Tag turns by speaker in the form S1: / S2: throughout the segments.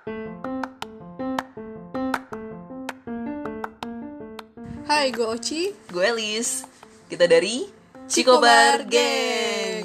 S1: Hai, gue Oci.
S2: Gue Elis. Kita dari Cikobar Gang.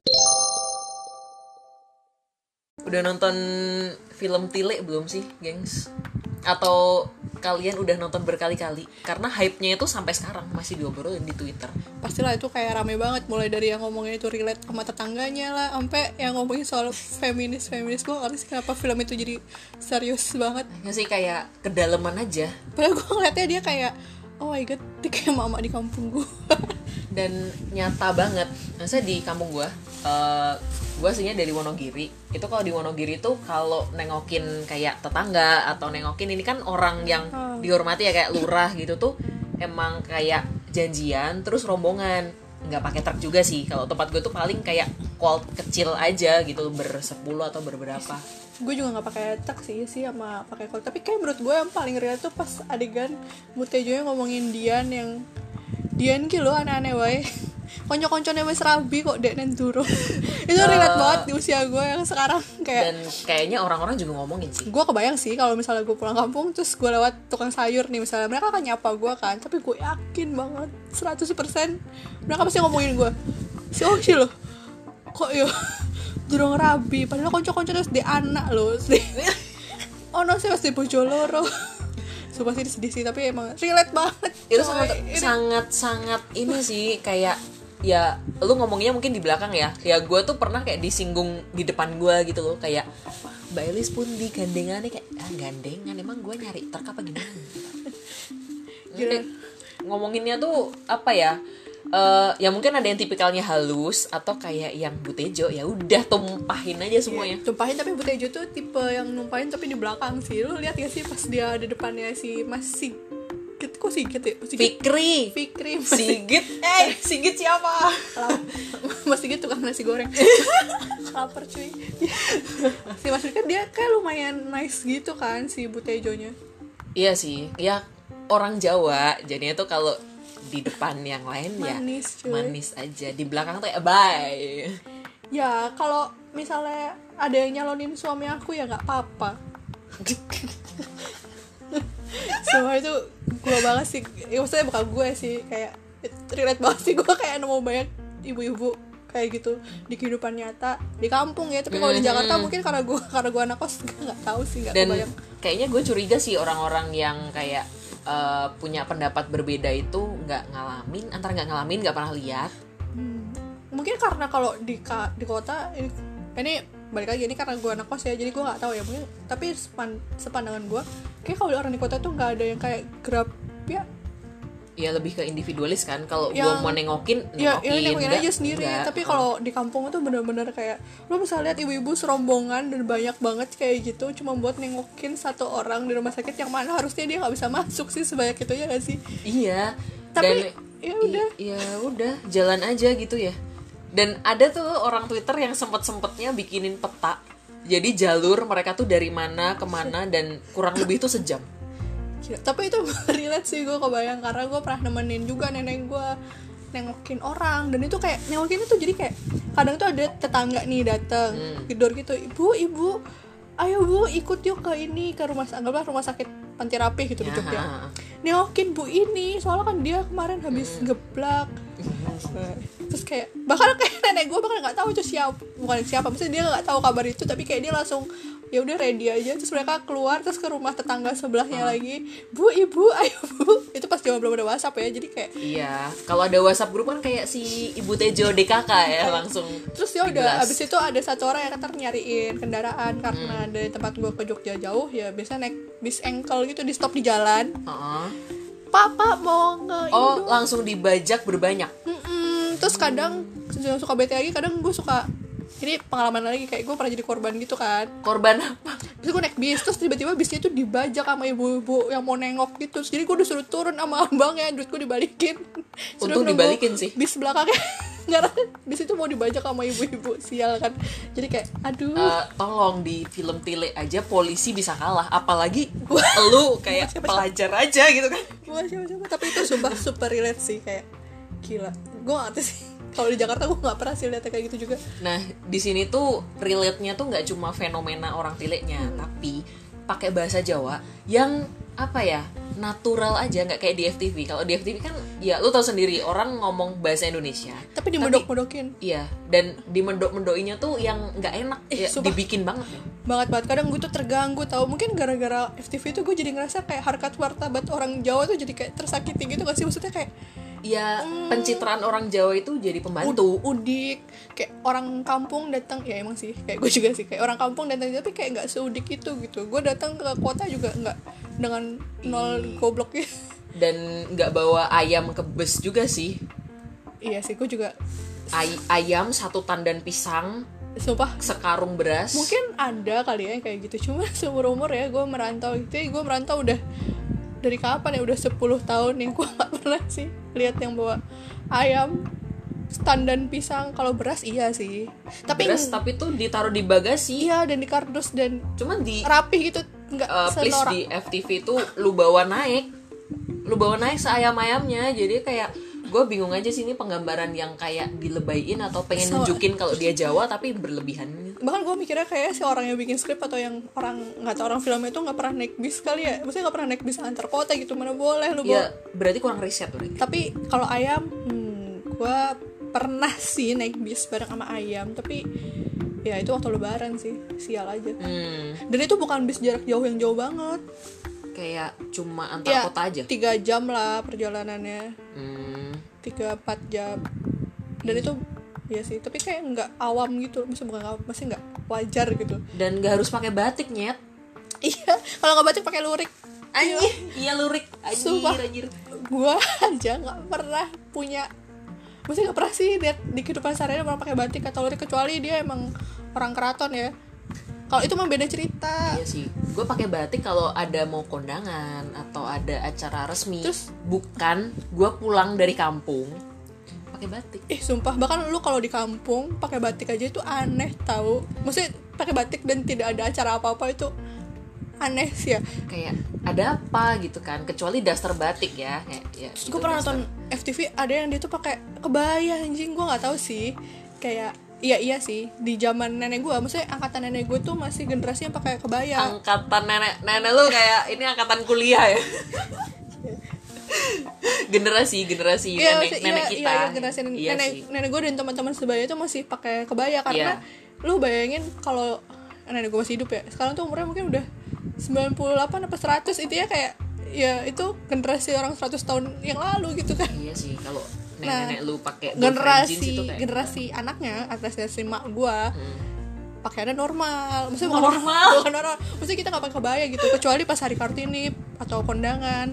S2: Udah nonton film Tile belum sih, gengs? Atau kalian udah nonton berkali-kali? Karena hype-nya itu sampai sekarang masih diobrolin di Twitter.
S1: Pastilah itu kayak rame banget. Mulai dari yang ngomongin itu relate sama tetangganya lah, sampai yang ngomongin soal feminis. Gue ngerti sih kenapa film itu jadi serius banget.
S2: Nggak sih, kayak kedalaman aja.
S1: Padahal gue ngeliatnya dia kayak, oh my god, dia kayak mama di kampung gue.
S2: Dan nyata banget. Maksudnya di kampung gue aslinya dari Wonogiri. Itu kalau di Wonogiri tuh kalau nengokin kayak tetangga atau nengokin ini kan orang yang dihormati ya, kayak lurah gitu tuh emang kayak janjian terus rombongan, nggak pakai truk juga sih. Kalau tempat gue tuh paling kayak cult kecil aja gitu, bersepuluh atau berberapa.
S1: Gue juga nggak pakai truk sih sama pakai kol. Tapi kayak menurut gue yang paling real tuh pas adegan Mutejo ngomongin Dian ki lo aneh-aneh wae. Konco-koncone wis rabi kok dek nenduro. Itu relate banget di usia gue yang sekarang kayak.
S2: Dan kayaknya orang-orang juga ngomongin sih.
S1: Gue kebayang sih kalau misalnya gue pulang kampung terus gue lewat tukang sayur nih misalnya, mereka akan nyapa gue kan, tapi gue yakin banget 100% mereka pasti ngomongin gue, si Oci loh kok yo durung rabi, padahal konco-konco terus di anak loh oh no sih pasti bojo loro. Sumpah sih sedih sih, tapi emang relate banget.
S2: Itu sangat ini sih, kayak ya lu ngomongnya mungkin di belakang ya gue tuh pernah kayak disinggung di depan gue gitu loh, kayak Mbak Elis pun di gandengannya kayak gandengan emang gue nyari truk apa gimana ngomonginnya tuh apa ya, ya mungkin ada yang tipikalnya halus atau kayak yang Butejo ya udah tumpahin aja semuanya.
S1: Tumpahin, tapi Butejo tuh tipe yang numpahin tapi di belakang sih. Lu lihat gak sih pas dia ada depannya si Mas Sigit, kok Sigit ya?
S2: Fikri Sigit, Sigit siapa?
S1: Mas Sigit tukang nasi goreng. Lapar cuy. Si Mas Sigit kan dia kayak lumayan nice gitu kan si Butejonya.
S2: Iya sih, ya orang Jawa jadinya tuh kalau di depan yang lain
S1: manis,
S2: ya manis aja, di belakang tuh ya bye.
S1: Ya kalau misalnya ada yang nyalonin suami aku ya nggak apa-apa. Semua itu gue banget sih, ya, maksudnya bukan gue sih, kayak relate banget sih gue, kayak nemu banyak ibu-ibu kayak gitu di kehidupan nyata di kampung ya. Tapi kalau di Jakarta mungkin karena gue anak kos nggak tahu sih, nggak kebayang.
S2: Dan kayaknya gue curiga sih orang-orang yang kayak punya pendapat berbeda itu nggak ngalamin, antara nggak ngalamin, nggak pernah lihat.
S1: Mungkin karena kalau di kota ini balik lagi, ini karena gue anak kos ya, jadi gue nggak tahu ya mungkin. Tapi sepandangan gue kayak kalau orang di kota tuh nggak ada yang kayak grab ya
S2: lebih ke individualis kan. Kalau gue mau nengokin
S1: aja sendiri. Tapi kalau di kampung tuh bener-bener kayak lo bisa lihat ibu-ibu serombongan dan banyak banget kayak gitu cuma buat nengokin satu orang di rumah sakit yang mana harusnya dia nggak bisa masuk sih sebanyak itu, ya nggak sih?
S2: Iya.
S1: Tapi
S2: ya udah jalan aja gitu ya. Dan ada tuh orang Twitter yang sempetnya bikinin peta, jadi jalur mereka tuh dari mana kemana dan kurang lebih tuh sejam.
S1: Tapi itu relate sih, gue kebayang karena gue pernah nemenin juga nenek gue nengokin orang, dan itu kayak nengokin itu jadi kayak kadang tuh ada tetangga nih datang gedor gitu, ibu ayo bu ikut yuk ke ini, ke rumah sakit Panti Rapih gitu di Jogja. Nengokin bu ini soalnya kan dia kemarin habis geblak. Terus kayak bahkan kayak nenek gue bahkan nggak tahu itu siapa, maksudnya dia nggak tahu kabar itu, tapi kayak dia langsung ya udah ready aja. Terus mereka keluar terus ke rumah tetangga sebelahnya lagi, bu ibu ayo bu, itu pas zaman belum ada WhatsApp ya, jadi kayak
S2: iya, kalau ada WhatsApp grup kan kayak si Ibu Tejo DKK ya langsung.
S1: Terus ya udah abis itu ada satu orang yang ntar nyariin kendaraan karena dari tempat gue ke Jogja jauh ya, biasanya naik bis engkel gitu, di stop di jalan. Papa mau
S2: langsung dibajak berbanyak.
S1: Terus kadang suka bete lagi, kadang gue suka, ini pengalaman lagi, kayak gue pernah jadi korban gitu kan.
S2: Korban apa?
S1: Terus gue naik bis, terus tiba-tiba bisnya itu dibajak sama ibu-ibu yang mau nengok gitu. Terus jadi gue disuruh turun sama abangnya, duit gue dibalikin.
S2: Untung dibalikin sih.
S1: Bis belakangnya karena bis itu mau dibajak sama ibu-ibu, sial kan. Jadi kayak aduh.
S2: Tolong, di film Tile aja polisi bisa kalah, apalagi lu kayak pelajar aja gitu kan.
S1: Gue siapa-siapa, tapi itu sumpah super relate sih, kayak gila. Gue gak ngerti sih, kalau di Jakarta gue nggak pernah sih lihat kayak gitu juga.
S2: Nah di sini tuh relate-nya tuh nggak cuma fenomena orang Tile-nya, tapi pakai bahasa Jawa yang apa ya, natural aja, nggak kayak di FTV. Kalau di FTV kan ya lu tahu sendiri orang ngomong bahasa Indonesia
S1: tapi dimedok-medokin.
S2: Iya, dan dimendok-mendokinya tuh yang nggak enak ya, dibikin banget ya.
S1: Banget kadang gue tuh terganggu tau, mungkin gara-gara FTV itu gue jadi ngerasa kayak harkat martabat orang Jawa tuh jadi kayak tersakiti gitu gak sih, maksudnya kayak
S2: ya pencitraan orang Jawa itu jadi pembantu.
S1: Udik, kayak orang kampung datang, ya emang sih kayak gue juga sih kayak orang kampung datang, tapi kayak nggak seudik itu gitu. Gue datang ke kota juga nggak dengan nol gobloknya.
S2: Dan nggak bawa ayam ke bus juga sih.
S1: Iya sih, gue juga
S2: ayam, 1 tandan pisang,
S1: sumpah
S2: sekarung beras.
S1: mungkin ada kali ya yang kayak gitu, cuma seumur umur ya gue merantau gitu ya, gue merantau udah dari kapan ya, udah 10 tahun nih gue nggak pernah sih lihat yang bawa ayam, tandan pisang. Kalau beras iya sih, tapi
S2: beras tapi tuh ditaruh di bagasi.
S1: iya, dan di kardus dan
S2: cuman di
S1: rapih gitu, nggak
S2: please
S1: senorak.
S2: di FTV tuh lu bawa naik seayam-ayamnya. Jadi kayak gue bingung aja sih, ini penggambaran yang kayak dilebayin atau pengen nunjukin kalau dia Jawa tapi berlebihan.
S1: Bahkan gue mikirnya kayak si orang yang bikin skrip atau yang orang nggak tahu, orang filmnya itu nggak pernah naik bis kali ya, maksudnya nggak pernah naik bis antar kota gitu, mana boleh lu bawa.
S2: Ya berarti kurang riset tuh.
S1: Tapi kalau ayam, gue pernah sih naik bis bareng sama ayam, tapi ya itu waktu lebaran sih, sial aja. Dan itu bukan bis jarak jauh yang jauh banget,
S2: kayak cuma antar
S1: ya,
S2: kota aja.
S1: 3 jam lah perjalanannya, 3-4 jam. Dan itu ya sih, tapi kayak nggak awam gitu, maksudnya bukan awam, masih nggak wajar gitu.
S2: Dan nggak harus pakai batik, nyet.
S1: Iya, kalau nggak batik pakai lurik.
S2: Iya lurik. Anjir.
S1: Gua aja nggak pernah punya, maksudnya nggak pernah sih lihat di kehidupan sehari-hari orang pakai batik atau lurik, kecuali dia emang orang keraton ya. Kalau itu mah beda cerita.
S2: Iya sih, gue pakai batik kalau ada mau kondangan atau ada acara resmi.
S1: Terus
S2: bukan gue pulang dari kampung pakai batik.
S1: Sumpah, bahkan lu kalau di kampung pakai batik aja itu aneh tahu. Maksudnya pakai batik dan tidak ada acara apa-apa itu aneh sih ya.
S2: Kayak ada apa gitu kan, kecuali daster batik ya. Ya
S1: Terus gue pernah nonton FTV, ada yang dia tuh pakai kebaya, anjing. Gue nggak tahu sih, kayak iya sih di zaman nenek gue, maksudnya angkatan nenek gue tuh masih generasi yang pakai kebaya.
S2: Angkatan nenek lu kayak ini angkatan kuliah ya. generasi
S1: ya,
S2: nenek kita.
S1: Iya, generasi nenek gue dan teman-teman sebaya itu masih pakai kebaya, karena lu bayangin kalau nenek gue masih hidup ya, sekarang tuh umurnya mungkin udah 98 apa 100, itu ya kayak ya itu generasi orang 100 tahun yang lalu gitu kan.
S2: Iya sih, kalau nenek lu pakai
S1: generasi anaknya, generasi mak gue pakaiannya normal, maksudnya
S2: bukan
S1: normal, maksudnya kita nggak pakai kebaya gitu, kecuali pas hari Kartini atau kondangan.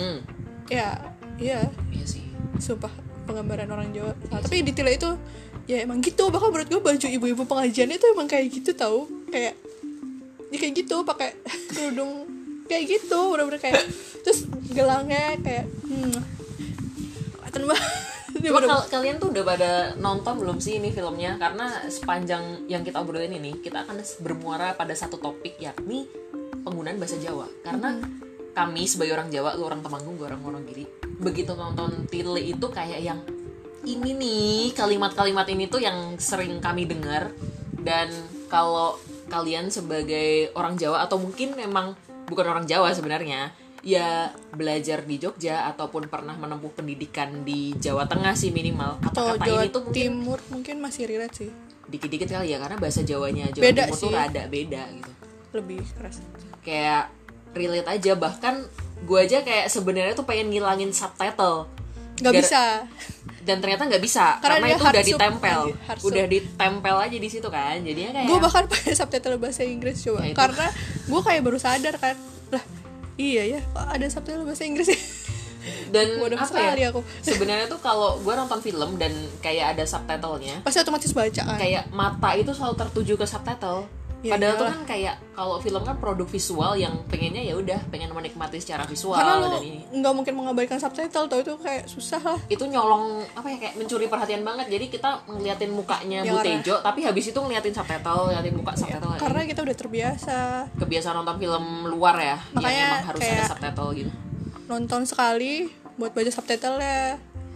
S1: Iya
S2: sih,
S1: sumpah penggambaran orang Jawa. Tapi detailnya itu ya emang gitu. Bahkan menurut gue baju ibu-ibu pengajian itu emang kayak gitu tau, kayak ya kayak gitu, pakai kerudung kayak gitu, bener-bener kayak terus gelangnya kayak kelihatan banget.
S2: Kalian tuh udah pada nonton belum sih ini filmnya? Karena sepanjang yang kita obrolin ini, kita akan bermuara pada satu topik, yakni penggunaan bahasa Jawa. Karena kami sebagai orang Jawa, lu orang Temanggung, gue orang Wonogiri, begitu nonton Tile itu kayak yang ini nih, kalimat-kalimat ini tuh yang sering kami dengar. Dan kalau kalian sebagai orang Jawa, atau mungkin memang bukan orang Jawa sebenarnya, ya belajar di Jogja ataupun pernah menempuh pendidikan di Jawa Tengah sih minimal,
S1: atau
S2: kata-kata
S1: Jawa
S2: ini tuh
S1: Timur mungkin masih relate sih,
S2: dikit-dikit kali ya, karena bahasa Jawanya Jawa
S1: beda
S2: Timur
S1: sih,
S2: tuh rada beda gitu,
S1: lebih keras,
S2: kayak relate aja. Bahkan gue aja kayak sebenarnya tuh pengen ngilangin subtitle,
S1: nggak bisa,
S2: dan ternyata nggak bisa karena itu udah ditempel, udah ditempel aja di situ kan, jadinya kayak
S1: gue bahkan pakai subtitle bahasa Inggris coba, nah, karena gue kayak baru sadar kan, lah iya ya ada subtitle bahasa Inggris ya.
S2: Dan apa ya, sebenarnya tuh kalau gue nonton film dan kayak ada subtitlenya
S1: pasti otomatis baca kan,
S2: kayak mata itu selalu tertuju ke subtitle. Padahal tuh kan kayak kalau film kan produk visual yang pengennya ya udah pengen menikmati secara visual,
S1: karena
S2: dan ini
S1: nggak mungkin mengabaikan subtitle, tau itu kayak susah lah.
S2: Itu nyolong apa ya, kayak mencuri perhatian banget. Jadi kita ngeliatin mukanya Bu Tejo, tapi habis itu ngeliatin subtitle, ngeliatin muka subtitle. Ya,
S1: karena kita udah kebiasaan
S2: nonton film luar ya,
S1: makanya
S2: yang emang harus ada subtitle gitu.
S1: Nonton sekali buat baca subtitle ya.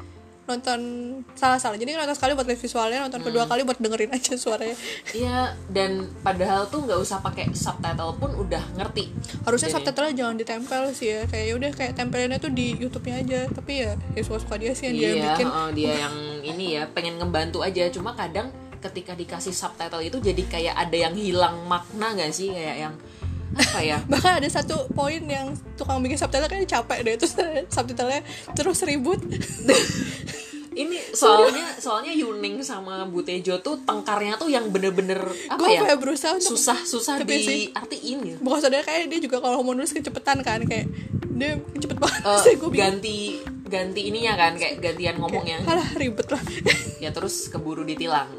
S1: nonton salah. Jadi nonton sekali buat lihat visualnya, nonton kedua kali buat dengerin aja suaranya.
S2: Iya, dan padahal tuh nggak usah pakai subtitle pun udah ngerti.
S1: Harusnya
S2: Jadi,
S1: subtitlenya jangan ditempel sih ya, kayak udah kayak tempelinnya tuh di YouTube-nya aja. Tapi ya suka-suka dia sih yang dia bikin.
S2: Dia yang ini ya pengen ngebantu aja. Cuma kadang ketika dikasih subtitle itu jadi kayak ada yang hilang makna nggak sih, kayak yang apa ya?
S1: Bahkan ada satu poin yang tukang bikin subtitle kayak capek deh, terus subtitlenya terus ribut.
S2: Ini soalnya Yuning sama Bu Tejo tuh tengkarnya tuh yang bener-bener apa
S1: Gue
S2: ya?
S1: kayak berusaha untuk
S2: Susah
S1: tapi sih,
S2: diartiin gitu.
S1: bukan saudara kayak dia juga kalau mau nulis kecepetan kan, kayak dia cepet banget. Terus gue bingung.
S2: ganti ininya kan, kayak gantian ngomongnya.
S1: Alah ribet lah.
S2: Ya terus keburu ditilang.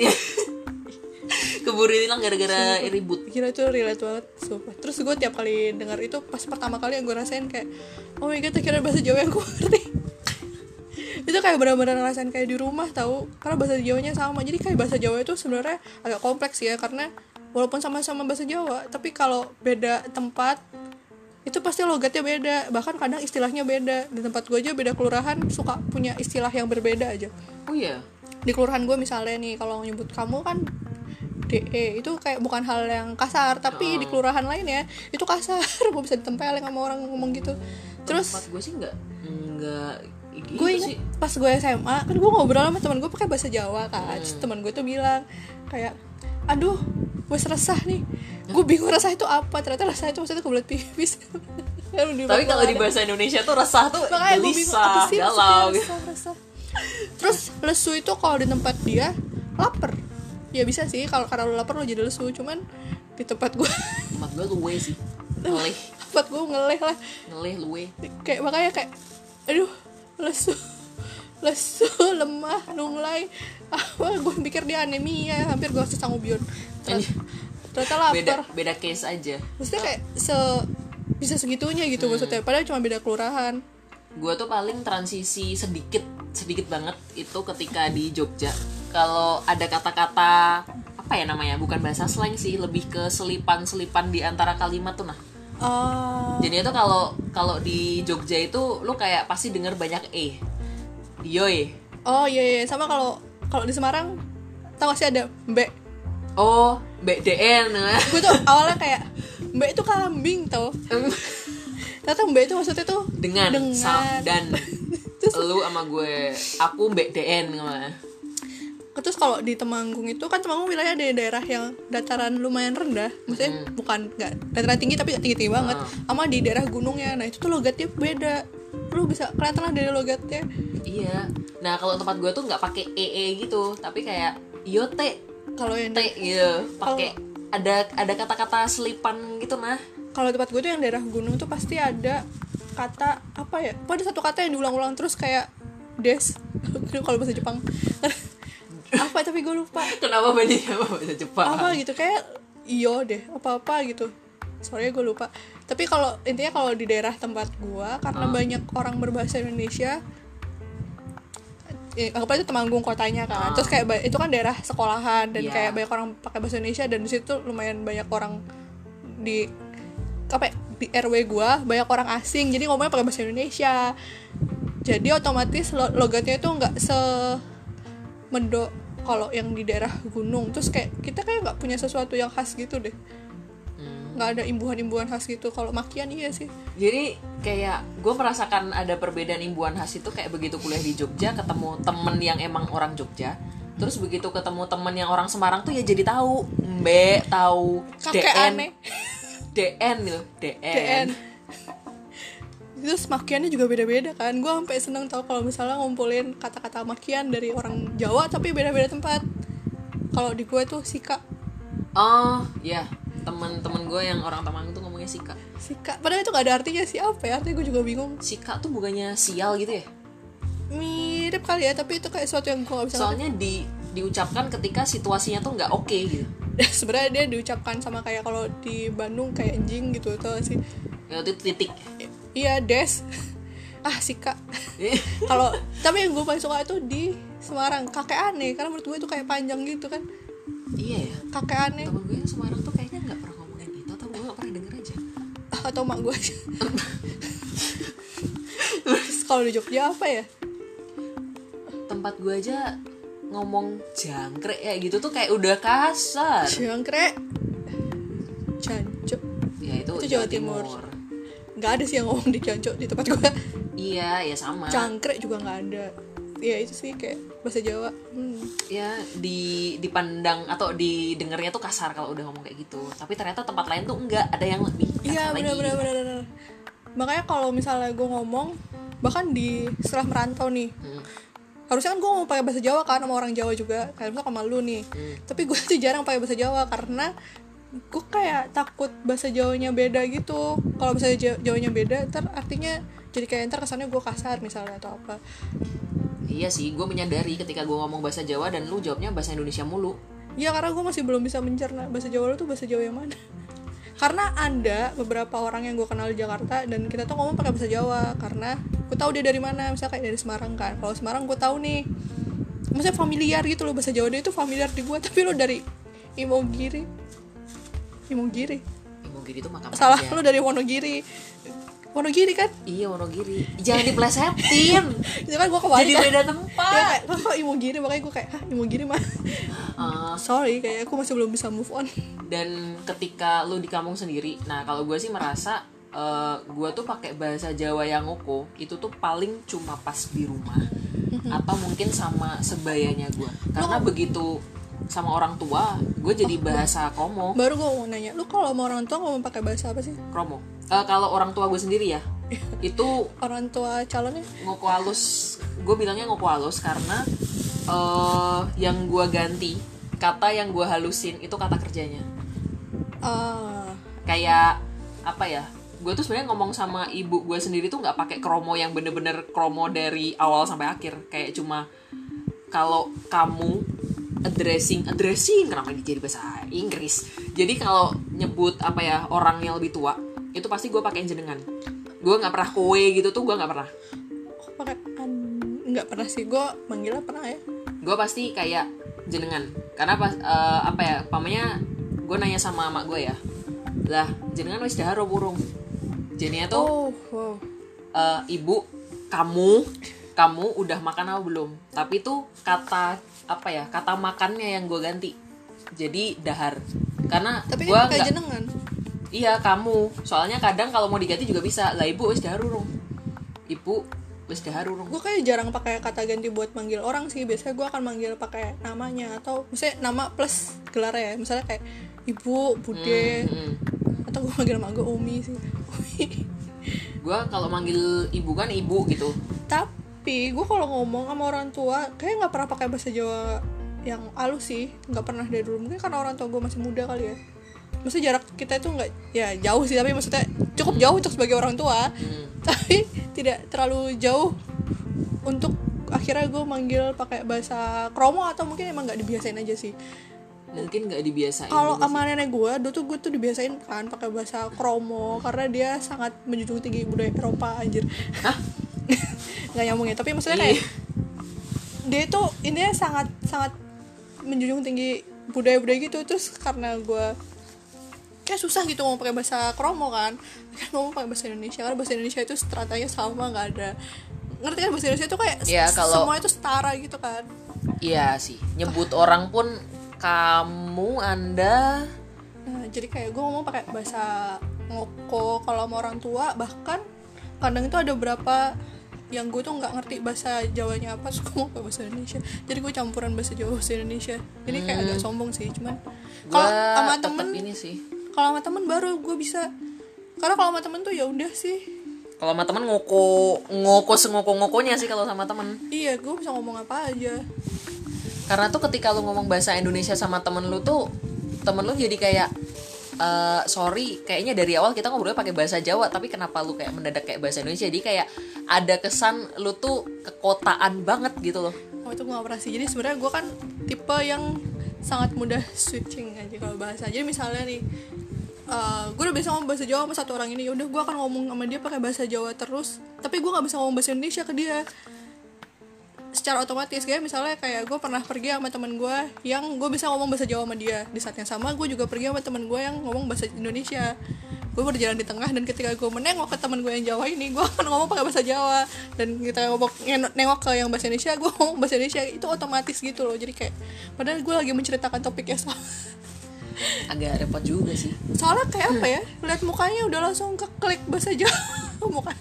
S2: Keburu ditilang gara-gara ribut.
S1: Gila itu relate banget, sumpah. Terus gue tiap kali denger itu pas pertama kali yang gue rasain kayak, oh my god, akhirnya bahasa Jawa yang gue ngerti. Itu kayak benar-benar ngerasain kayak di rumah tahu, karena bahasa Jawanya sama. Jadi kayak bahasa Jawa itu sebenarnya agak kompleks ya, karena walaupun sama-sama bahasa Jawa, tapi kalau beda tempat itu pasti logatnya beda, bahkan kadang istilahnya beda. Di tempat gue aja beda kelurahan suka punya istilah yang berbeda aja.
S2: Oh iya.
S1: Di kelurahan gue misalnya nih, kalau nyebut kamu kan DE, itu kayak bukan hal yang kasar, tapi di kelurahan lain ya itu kasar. Gue bisa ditempelin sama orang ngomong gitu. Terus
S2: tempat gue sih nggak gitu
S1: gue inget
S2: sih.
S1: pas gue SMA kan gue ngobrol sama teman gue pakai bahasa Jawa kan. Teman gue tuh bilang kayak, aduh gue resah nih. Gue bingung resah itu apa, ternyata resah itu maksudnya kebelet pipis.
S2: Tapi kalau di bahasa Indonesia tuh resah tuh
S1: makanya gue bingung apa
S2: gelisah,
S1: sih
S2: galau
S1: maksudnya resah. Terus lesu itu kalau di tempat dia lapar, ya bisa sih kalau karena lu lapar lu jadi lesu. Cuman di tempat gue
S2: luwe sih, ngelih
S1: tempat gue ngeleh lah,
S2: luwe.
S1: kayak makanya kayak aduh lesu lemah lunglai apa, gue pikir dia anemia, hampir gue sesanggubion. Ternyata lapar.
S2: Beda case aja.
S1: Maksudnya kayak bisa segitunya gitu maksudnya, padahal cuma beda kelurahan.
S2: Gue tuh paling transisi sedikit banget itu ketika di Jogja. Kalau ada kata-kata apa ya namanya, bukan bahasa slang sih, lebih ke selipan di antara kalimat tuh nah. Jadi itu kalau di Jogja itu lu kayak pasti denger banyak yoi.
S1: Oh iya sama kalau di Semarang tau gak sih ada mbek.
S2: Oh BDN.
S1: Gue tuh awalnya kayak mbek itu kambing tau. Ternyata mbek itu maksudnya tuh
S2: dengan. Dan lu sama gue, aku BDN namanya.
S1: Terus kalau di Temanggung itu kan, Temanggung wilayah dari daerah yang dataran lumayan rendah, maksudnya bukan nggak dataran tinggi tapi nggak tinggi banget, sama di daerah gunungnya. Nah itu tuh logatnya beda, lu bisa kelihatan lah dari logatnya.
S2: Iya. Nah kalau tempat gue tuh nggak pakai gitu, tapi kayak yote. Kalau yang te gitu, pakai ada kata-kata selipan gitu nah.
S1: Kalau tempat gue tuh yang daerah gunung tuh pasti ada kata apa ya? Ada satu kata yang diulang-ulang terus kayak des. Kalau bahasa Jepang. Apa tapi gue lupa.
S2: Kenapa bedanya sama bahasa Jepang?
S1: Apa gitu kayak iyo deh, apa gitu. Soalnya gue lupa. Tapi kalau intinya kalau di daerah tempat gue, karena banyak orang berbahasa Indonesia, apa itu Temanggung kotanya kan. Terus kayak itu kan daerah sekolahan dan kayak banyak orang pakai bahasa Indonesia, dan di situ lumayan banyak orang di RW gue banyak orang asing, jadi ngomongnya pakai bahasa Indonesia. Jadi otomatis logatnya itu nggak mendo kalau yang di daerah gunung. Terus kayak kita kayak nggak punya sesuatu yang khas gitu deh, nggak ada imbuhan khas gitu. Kalau makian iya sih.
S2: Jadi kayak gue merasakan ada perbedaan imbuhan khas itu kayak begitu kuliah di Jogja ketemu temen yang emang orang Jogja, terus begitu ketemu temen yang orang Semarang tuh ya jadi tahu mbak, tahu DN gitu, DN.
S1: Terus makiannya juga beda-beda kan. Gue sampai seneng tau kalau misalnya ngumpulin kata-kata makian dari orang Jawa tapi beda-beda tempat. Kalau di gue tuh sika.
S2: Oh ya, teman-teman gue yang orang Temanggung tuh ngomongnya sika.
S1: Padahal itu gak ada artinya sih, apa ya artinya gue juga bingung.
S2: Sika tuh bukannya sial gitu ya?
S1: Mirip kali ya, tapi itu kayak sesuatu yang gue gak bisa.
S2: Soalnya diucapkan ketika situasinya tuh nggak oke gitu.
S1: Sebenarnya dia diucapkan sama kayak kalau di Bandung kayak anjing gitu, tau gak sih?
S2: Ya itu titik.
S1: Iya des. Sika. Kalau tapi yang gue paling suka itu di Semarang kakek aneh, karena menurut gue itu kayak panjang gitu kan.
S2: Iya ya,
S1: kakek aneh.
S2: Temen gue yang Semarang tuh kayaknya nggak pernah ngomongin itu, atau gue nggak pernah denger aja.
S1: Atau mak gue aja. Terus kalau di Jogja apa ya?
S2: tempat gue aja ngomong jangkrik ya gitu tuh kayak udah kasar.
S1: Jangkrik, jancuk.
S2: Ya itu
S1: Jawa Timur. Nggak ada sih yang ngomong di jancuk di tempat gue.
S2: Iya, ya sama.
S1: Jangkrik juga nggak ada. Ya itu sih kayak bahasa Jawa.
S2: Ya dipandang atau didengarnya tuh kasar kalau udah ngomong kayak gitu. Tapi ternyata tempat lain tuh enggak, ada yang lebih kasar lagi.
S1: Iya benar. Makanya kalau misalnya gue ngomong, bahkan setelah merantau nih, harusnya kan gue mau pakai bahasa Jawa kan sama orang Jawa juga, kayak misalnya sama lu nih. Tapi gue tuh jarang pakai bahasa Jawa karena gue kayak takut bahasa Jawanya beda gitu. Kalau bahasa Jawanya beda, ntar artinya jadi kayak ntar kesannya gue kasar misalnya atau apa.
S2: Iya sih, gue menyadari ketika gue ngomong bahasa Jawa dan lu jawabnya bahasa Indonesia mulu.
S1: Iya, karena gue masih belum bisa mencerna bahasa Jawa lu tuh bahasa Jawa yang mana. Karena ada beberapa orang yang gue kenal di Jakarta dan kita tuh ngomong pakai bahasa Jawa karena gue tahu dia dari mana, misalnya kayak dari Semarang kan. Kalau Semarang gue tahu nih, maksudnya familiar gitu loh, bahasa Jawa dia itu familiar di gue. Tapi lo dari Imogiri
S2: itu makam
S1: salah
S2: aja.
S1: Lo dari Wonogiri kan?
S2: Iya, Wonogiri. Jangan diplesetin.
S1: Itu kan gue kebalik
S2: Jadi
S1: kan?
S2: beda tempat.
S1: Ya kayak kok Imogiri, makanya gue kayak Imogiri mah. Sorry, kayak aku masih belum bisa move on.
S2: Dan ketika lu di kampung sendiri, nah kalau gue sih merasa gue tuh pakai bahasa Jawa yang ngoko itu tuh paling cuma pas di rumah atau mungkin sama sebayanya gue. Karena begitu sama orang tua, gue jadi bahasa kromo.
S1: Baru gue mau nanya, lu kalau sama orang tua ngomong pakai bahasa apa sih?
S2: Kromo. Kalau orang tua gue sendiri ya, itu
S1: orang tua calonnya
S2: ngoko halus. Gue bilangnya ngoko halus karena yang gue ganti, kata yang gue halusin itu kata kerjanya. Kayak apa ya? Gue tuh sebenarnya ngomong sama ibu gue sendiri tuh nggak pakai kromo yang bener-bener kromo dari awal sampai akhir. Kayak cuma kalau kamu addressing kenapa ini jadi bahasa Inggris? Jadi kalau nyebut apa ya orang yang lebih tua itu pasti gue pakai jenengan. Gue nggak pernah kowe gitu tuh, gue nggak pernah.
S1: Pakai nggak pernah sih, gue manggilnya pernah ya.
S2: Gue pasti kayak jenengan karena pas apa ya pamanya gue nanya sama mak gue ya, lah jenengan wis dahar burung. Jadinya tuh ibu kamu udah makan apa belum? Tapi tuh kata apa ya, kata makannya yang gue ganti jadi dahar karena
S1: tapi
S2: gue
S1: kayak jenengan.
S2: Iya kamu, soalnya kadang kalau mau diganti juga bisa lah, ibu wis dahar urung, ibu wis dahar urung.
S1: Gue kayak jarang pakai kata ganti buat manggil orang sih. Biasanya gue akan manggil pakai namanya atau misalnya nama plus gelar ya, misalnya kayak ibu, bude, atau gue manggil nama gue Umi sih.
S2: Gue kalau manggil ibu kan ibu gitu.
S1: Tapi gue kalau ngomong sama orang tua kayak nggak pernah pakai bahasa Jawa yang halus sih, nggak pernah dari dulu. Mungkin karena orang tua gue masih muda kali ya. Maksudnya jarak kita itu nggak ya jauh sih, tapi maksudnya cukup jauh untuk sebagai orang tua, tapi tidak terlalu jauh untuk akhirnya gue manggil pakai bahasa kromo, atau mungkin emang nggak dibiasain aja sih.
S2: Mungkin nggak dibiasain.
S1: Kalau sama nenek gue gue tuh dibiasain kan pakai bahasa kromo karena dia sangat menjunjung tinggi budaya Eropa anjir. Hah? Nggak nyambung ya, tapi maksudnya kayak dia tuh intinya sangat menjunjung tinggi budaya-budaya gitu. Terus karena gue kayak susah gitu mau pakai bahasa kromo kan ngomong pakai bahasa Indonesia, karena bahasa Indonesia itu stratanya sama, nggak ada, ngerti kan, bahasa Indonesia itu kayak
S2: ya,
S1: semua itu setara gitu kan.
S2: Iya sih, nyebut orang pun kamu, anda.
S1: Nah, jadi kayak gue ngomong pakai bahasa ngoko kalau sama orang tua. Bahkan kadang itu ada beberapa yang gue tuh nggak ngerti bahasa Jawanya apa, terus gue ngomong pakai bahasa Indonesia. Jadi gue campuran bahasa Jawa bahasa Indonesia. Jadi kayak agak sombong sih, cuman kalau sama temen
S2: ini sih.
S1: Kalau sama temen baru gue bisa, karena kalau sama temen tuh ya udah sih.
S2: Kalau sama temen ngoko sengoko-ngokonya sih kalau sama temen.
S1: Iya, gue bisa ngomong apa aja.
S2: Karena tuh ketika lu ngomong bahasa Indonesia sama temen lu tuh, temen lu jadi kayak sorry, kayaknya dari awal kita ngobrolnya pakai bahasa Jawa, tapi kenapa lu kayak mendadak kayak bahasa Indonesia? Jadi kayak ada kesan lu tuh kekotaan banget gitu loh.
S1: Oh, itu gue gak pernah sih. Jadi sebenarnya gue kan tipe yang sangat mudah switching aja kalau bahasa. Jadi misalnya nih, gue udah bisa ngomong bahasa Jawa sama satu orang ini, yaudah gue akan ngomong sama dia pakai bahasa Jawa terus, tapi gue nggak bisa ngomong bahasa Indonesia ke dia secara otomatis. Kayak misalnya kayak gue pernah pergi sama teman gue yang gue bisa ngomong bahasa Jawa sama dia, di saat yang sama gue juga pergi sama teman gue yang ngomong bahasa Indonesia. gue berjalan di tengah, dan ketika gue menengok ke teman gue yang Jawa ini, gue akan ngomong pakai bahasa Jawa, dan kita nengok ke yang bahasa Indonesia, gue ngomong bahasa Indonesia. Itu otomatis gitu loh. Jadi kayak padahal gue lagi menceritakan topiknya sama
S2: Agak repot juga sih.
S1: soalnya kayak apa ya, lihat mukanya udah langsung keklik bahasa Jawa muka.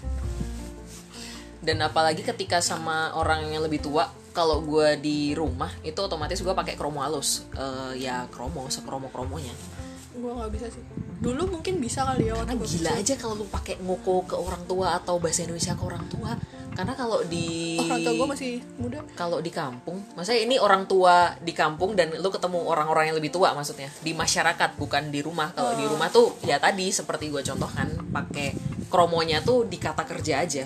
S2: Dan apalagi ketika sama orang yang lebih tua, kalau gue di rumah itu otomatis gue pakai kromo halus. Ya kromo sekromo-kromonya.
S1: Gue nggak bisa sih. Dulu mungkin bisa kali ya
S2: Karena
S1: waktu
S2: gila
S1: kecil.
S2: aja kalau lu pakai ngoko ke orang tua atau bahasa Indonesia ke orang tua. Karena kalau di
S1: Orang tua gue masih muda.
S2: kalau di kampung, maksudnya ini orang tua di kampung dan lu ketemu orang-orang yang lebih tua, maksudnya di masyarakat bukan di rumah. Kalau di rumah tuh ya tadi seperti gue contohkan, pakai kromonya tuh di kata kerja aja.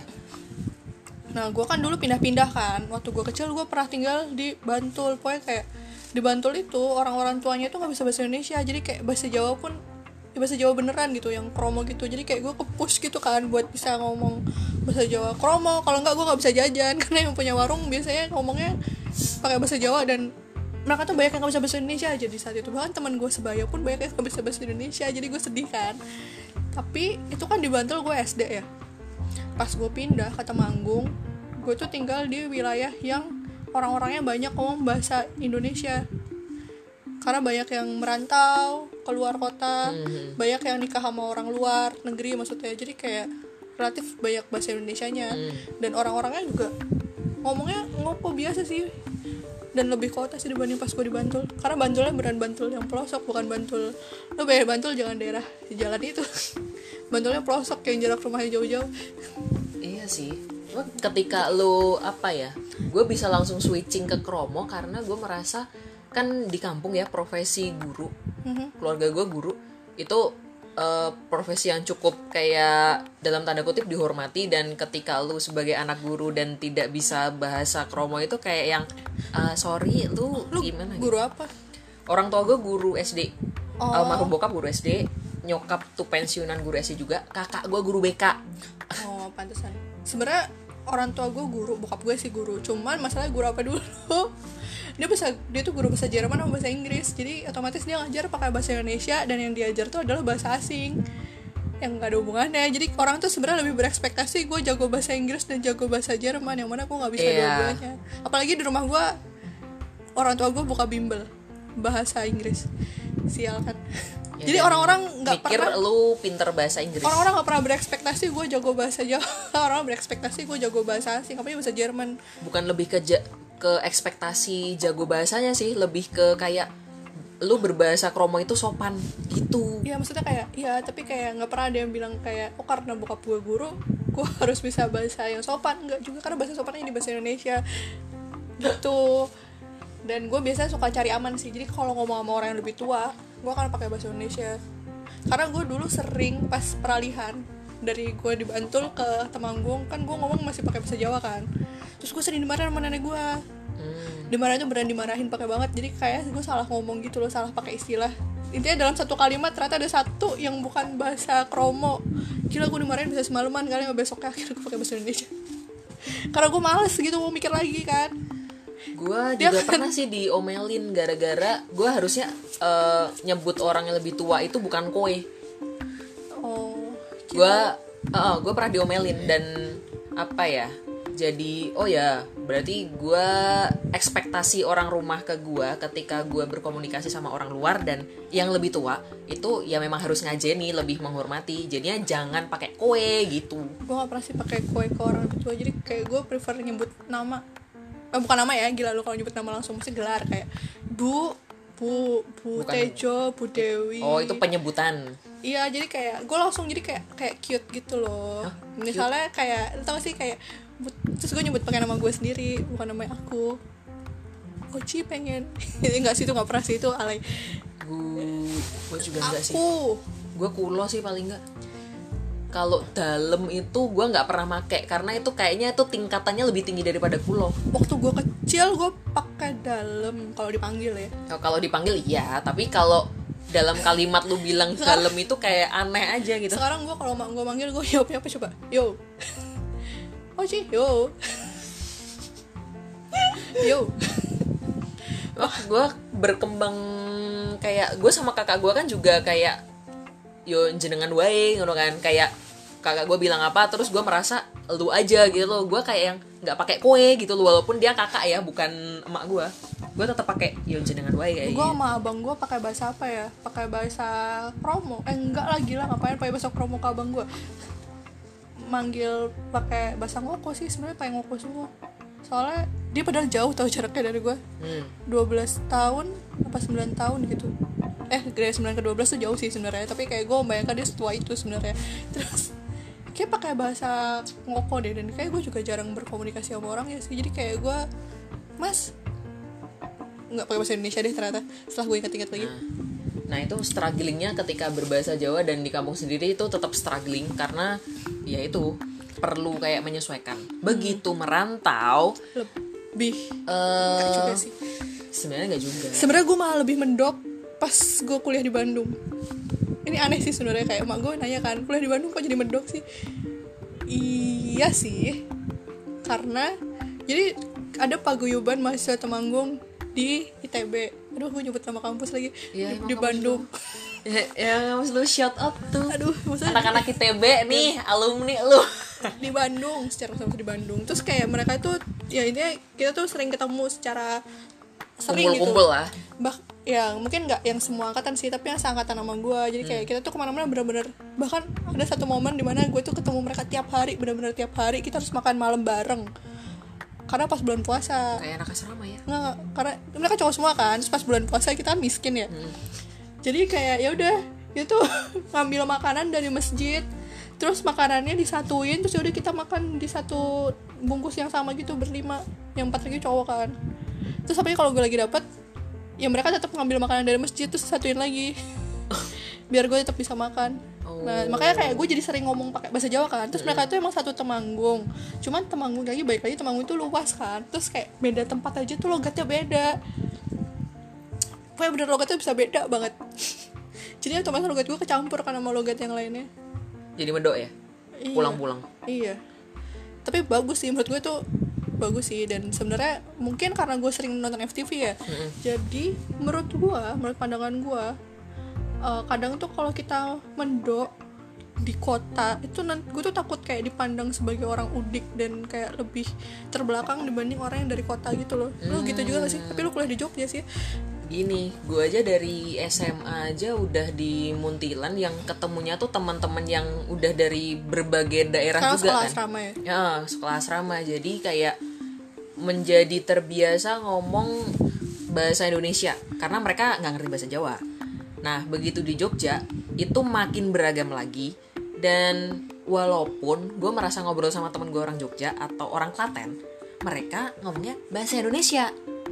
S1: Nah, gue kan dulu pindah-pindah kan. Waktu gue kecil gue pernah tinggal di Bantul. Pokoknya kayak di Bantul itu orang-orang tuanya itu nggak bisa bahasa Indonesia. Jadi kayak bahasa Jawa pun ya bahasa Jawa beneran gitu, yang kromo gitu. Jadi kayak gue ke-push gitu kan buat bisa ngomong bahasa Jawa kromo. Kalau nggak gue nggak bisa jajan karena yang punya warung biasanya ngomongnya pakai bahasa Jawa, dan mereka tuh banyak yang nggak bisa bahasa Indonesia aja di saat itu. Bahkan teman gue sebaya pun banyak yang nggak bisa bahasa Indonesia. Jadi gue sedih kan. Tapi itu kan di Bantul gue SD ya. Pas gue pindah ke Temanggung, gue tuh tinggal di wilayah yang orang-orangnya banyak ngomong bahasa Indonesia. Karena banyak yang merantau keluar kota, banyak yang nikah sama orang luar negeri maksudnya. Jadi kayak relatif banyak bahasa Indonesianya. Dan orang-orangnya juga ngomongnya ngopo biasa sih. Dan lebih kota sih dibanding pas gue di Bantul. Karena Bantulnya beneran Bantul yang pelosok, bukan Bantul. Lo bayar Bantul jangan daerah di jalan itu. Bantulnya pelosok yang jarak rumahnya jauh-jauh.
S2: Iya sih. Ketika lu apa ya, gue bisa langsung switching ke kromo karena gue merasa kan di kampung ya profesi guru, keluarga gue guru itu profesi yang cukup kayak dalam tanda kutip dihormati. Dan ketika lu sebagai anak guru dan tidak bisa bahasa kromo itu kayak yang sorry lu gimana
S1: Guru
S2: gitu.
S1: apa?
S2: Orang tua gue guru SD.
S1: Oh.
S2: Almarhum bokap guru SD, nyokap tuh pensiunan guru SD juga, kakak gue guru BK.
S1: Oh, pantesan. Sebenarnya orang tua gue guru, bokap gue sih guru. Cuman masalahnya guru apa dulu? Dia tuh guru bahasa Jerman sama bahasa Inggris. Jadi otomatis dia ngajar pakai bahasa Indonesia, dan yang diajar tuh adalah bahasa asing yang gak ada hubungannya. Jadi orang tuh sebenarnya lebih berekspektasi gue jago bahasa Inggris dan jago bahasa Jerman, yang mana gue nggak bisa dua-duanya. Apalagi di rumah gue orang tua gue buka bimbel bahasa Inggris. Sial kan.
S2: Ya,
S1: jadi orang-orang nggak
S2: mikir
S1: pernah,
S2: lu pinter bahasa Inggris.
S1: orang-orang nggak pernah berekspektasi gue jago bahasa Jawa. Orang berekspektasi gue jago bahasa asing, apalagi bahasa Jerman.
S2: Bukan lebih ke ekspektasi jago bahasanya sih, lebih ke kayak lu berbahasa kromo itu sopan gitu.
S1: Iya, maksudnya kayak ya, tapi kayak nggak pernah ada yang bilang kayak oh karena bokap gue guru gue harus bisa bahasa yang sopan. Nggak juga, karena bahasa sopannya di bahasa Indonesia gitu. Dan gue biasanya suka cari aman sih. Jadi kalau ngomong sama orang yang lebih tua, gue akan pakai bahasa Indonesia. Karena gue dulu sering pas peralihan dari gue di Bantul ke Temanggung, kan gue ngomong masih pakai bahasa Jawa kan. Terus gue sering dimarahin sama nenek gue. Dimarahin tuh beneran dimarahin pakai banget. Jadi kayak gue salah ngomong gitu loh, salah pakai istilah. Intinya dalam satu kalimat ternyata ada satu yang bukan bahasa kromo. Gila, gue dimarahin bisa semalaman kali, sama besoknya akhirnya gue pakai bahasa Indonesia. Karena gue males gitu mau mikir lagi kan.
S2: Gue juga pernah sih diomelin gara-gara gue harusnya nyebut orang yang lebih tua itu bukan kowe.
S1: Oh,
S2: Gue pernah diomelin dan apa ya, jadi oh ya berarti gue ekspektasi orang rumah ke gue ketika gue berkomunikasi sama orang luar dan yang lebih tua itu ya memang harus ngajeni, lebih menghormati, jadinya jangan pakai kowe gitu.
S1: gue nggak pernah sih pakai kowe ke orang lebih tua. Jadi kayak gue prefer nyebut nama. Bukan nama ya, gila lu kalau nyebut nama langsung mesti gelar kayak Bu
S2: Bukan.
S1: Tejo, Bu Dewi.
S2: Oh, itu penyebutan.
S1: Iya, jadi kayak gue langsung jadi kayak cute gitu loh.
S2: Hah?
S1: Misalnya kayak, tau gak sih kayak terus gue nyebut pakai nama gue sendiri, bukan nama aku. Oci pengen. Enggak sih, itu nggak pernah sih, itu alay.
S2: Gue juga enggak sih.
S1: Aku.
S2: Gue kulo sih paling enggak. Kalau dalem itu gue nggak pernah make karena itu kayaknya itu tingkatannya lebih tinggi daripada kulo.
S1: Waktu gue kecil gue pakai dalem kalau dipanggil ya.
S2: Kalau dipanggil iya, tapi kalau dalam kalimat lu bilang dalem itu kayak aneh aja gitu.
S1: Sekarang gue kalau gue manggil gue jawabnya apa coba? Yo. Oci, yo. Yo.
S2: Gue berkembang kayak gue sama kakak gue kan juga kayak yo jenengan wae ngono kan, kayak kakak gue bilang apa terus gue merasa lu aja gitu loh, gue kayak yang nggak pakai kue gitu loh, walaupun dia kakak ya bukan emak gue tetap pakai yo jenengan wae kayak
S1: gue
S2: gitu.
S1: sama abang gue pakai bahasa apa ya, pakai bahasa kromo, enggak lah gila, ngapain pakai bahasa kromo ke abang gue, manggil pakai bahasa ngoko sih sebenarnya, pakai ngoko semua, soalnya dia padahal jauh tau jaraknya dari gue, 12 tahun apa 9 tahun gitu, dari 9 ke 12 tuh jauh sih sebenarnya, tapi kayak gue membayangkan dia setua itu sebenarnya. Terus kayak pakai bahasa ngoko deh, dan kayak gue juga jarang berkomunikasi sama orang ya sih, jadi kayak gue mas nggak pakai bahasa Indonesia deh ternyata setelah gue ingat-ingat lagi.
S2: Nah itu strugglingnya ketika berbahasa Jawa dan di kampung sendiri itu tetap struggling karena ya itu perlu kayak menyesuaikan. Begitu merantau
S1: Lebih nggak juga sih
S2: sebenarnya, nggak juga.
S1: sebenarnya gue malah lebih mendok pas gue kuliah di Bandung. Ini aneh sih sebenarnya, kayak emak gue nanya kan, kuliah di Bandung kok jadi mendok sih? Iya sih, karena jadi ada paguyuban mahasiswa Temanggung di ITB. Aduh, gue nyebut nama kampus lagi.
S2: Ya,
S1: di Bandung.
S2: Ya harus lu shout out tuh.
S1: Aduh, maksudnya
S2: Anak-anak ITB nih, alumni lu.
S1: di Bandung, secara sama di Bandung. Terus kayak mereka tuh ya intinya kita tuh sering ketemu secara sering
S2: Kumpul-kumpul
S1: gitu.
S2: lah.
S1: Ya mungkin nggak yang semua angkatan sih, tapi yang seangkatan sama gue. Jadi kayak kita tuh kemana-mana bener-bener, bahkan ada satu momen dimana gue tuh ketemu mereka tiap hari, bener-bener tiap hari kita harus makan malam bareng karena pas bulan puasa.
S2: Kayak anak asrama ya.
S1: Nggak, karena mereka cowok semua kan, terus pas bulan puasa kita kan miskin ya. Jadi kayak ya udah itu ngambil makanan dari masjid, terus makanannya disatuin, terus udah kita makan di satu bungkus yang sama gitu berlima, yang 4 lagi cowok kan. Terus tapi kalau gue lagi dapet, ya mereka tetap ngambil makanan dari masjid terus satuin lagi biar gue tetap bisa makan. Nah makanya kayak gue jadi sering ngomong pakai bahasa Jawa kan. Terus mereka itu emang satu Temanggung, cuman Temanggung lagi baik lagi Temanggung itu luas kan, terus kayak beda tempat aja tuh logatnya beda, pokoknya bener logatnya bisa beda banget. Jadi otomatis logat gue kecampur kan sama logat yang lainnya.
S2: Jadi mendok ya.
S1: Iya.
S2: Pulang-pulang.
S1: Iya. Tapi bagus sih menurut gue tuh, bagus sih. Dan sebenarnya mungkin karena gue sering nonton FTV ya. Jadi menurut pandangan gue, kadang tuh kalau kita mendok di kota itu gue tuh takut kayak dipandang sebagai orang udik dan kayak lebih terbelakang dibanding orang yang dari kota gitu loh. Lu gitu juga gak sih? Tapi lu kuliah di Jogja sih.
S2: Gini, gue aja dari SMA aja udah di Muntilan, yang ketemunya tuh teman-teman yang udah dari berbagai daerah
S1: Sekarang
S2: juga
S1: sekolah
S2: kan.
S1: asrama ya?
S2: Ya, sekolah asrama. Jadi kayak menjadi terbiasa ngomong bahasa Indonesia karena mereka nggak ngerti bahasa Jawa. Nah, begitu di Jogja itu makin beragam lagi, dan walaupun gue merasa ngobrol sama temen gue orang Jogja atau orang Klaten, mereka ngomongnya bahasa Indonesia.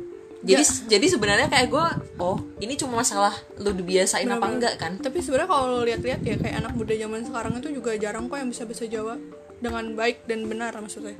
S2: Jadi sebenarnya kayak gue, oh ini cuma masalah lu dibiasain apa enggak kan?
S1: Tapi sebenarnya kalau lo lihat-lihat ya kayak anak muda zaman sekarang itu juga jarang kok yang bisa bahasa Jawa dengan baik dan benar maksudnya.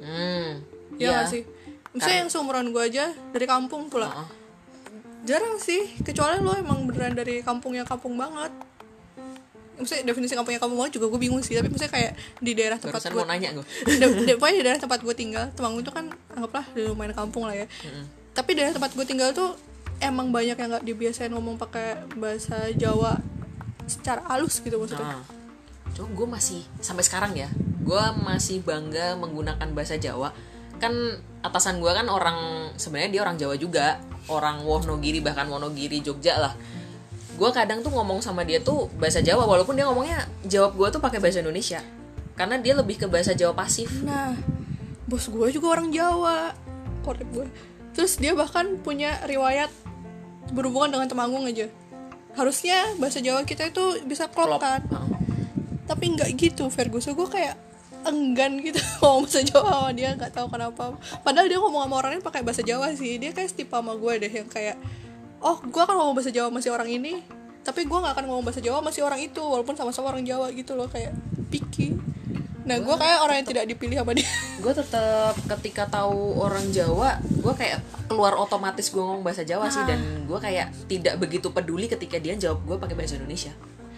S1: Ya nggak sih? Misalnya yang seumuran gue aja dari kampung pula. Jarang sih, kecuali lo emang beneran dari kampung banget. Maksudnya definisi kampungnya kampung banget juga gue bingung sih. Tapi misalnya kayak di daerah tempat gue,
S2: mau nanya gue.
S1: Pokoknya di daerah tempat gue tinggal, Temanggung itu kan anggaplah lumayan kampung lah ya. Tapi daerah tempat gue tinggal tuh emang banyak yang nggak dibiasain ngomong pakai bahasa Jawa secara halus gitu maksudnya.
S2: Cuma gue masih sampai sekarang ya, gue masih bangga menggunakan bahasa Jawa. Kan atasan gue kan sebenarnya dia orang Jawa juga, orang Wonogiri, bahkan Wonogiri Jogja lah. Gue kadang tuh ngomong sama dia tuh bahasa Jawa, walaupun dia ngomongnya jawab gue tuh pakai bahasa Indonesia, karena dia lebih ke bahasa Jawa pasif.
S1: Nah, bos gue juga orang Jawa, korek gue. Terus dia bahkan punya riwayat berhubungan dengan Temanggung aja. Harusnya bahasa Jawa kita itu bisa klop kan. Tapi nggak gitu, Ferguson. Gue kayak enggan gitu ngomong bahasa Jawa sama dia, nggak tahu kenapa. Padahal dia ngomong sama orangnya pakai bahasa Jawa sih. Dia kayak setipe sama gue deh, yang kayak, oh gue akan ngomong bahasa Jawa masih orang ini, tapi gue nggak akan ngomong bahasa Jawa masih orang itu, walaupun sama-sama orang Jawa gitu loh, kayak picky. Nah gue kayak orang yang tidak dipilih sama dia.
S2: Gue tetap ketika tahu orang Jawa, gue kayak keluar otomatis gue ngomong bahasa Jawa sih, dan gue kayak tidak begitu peduli ketika dia jawab gue pakai bahasa Indonesia.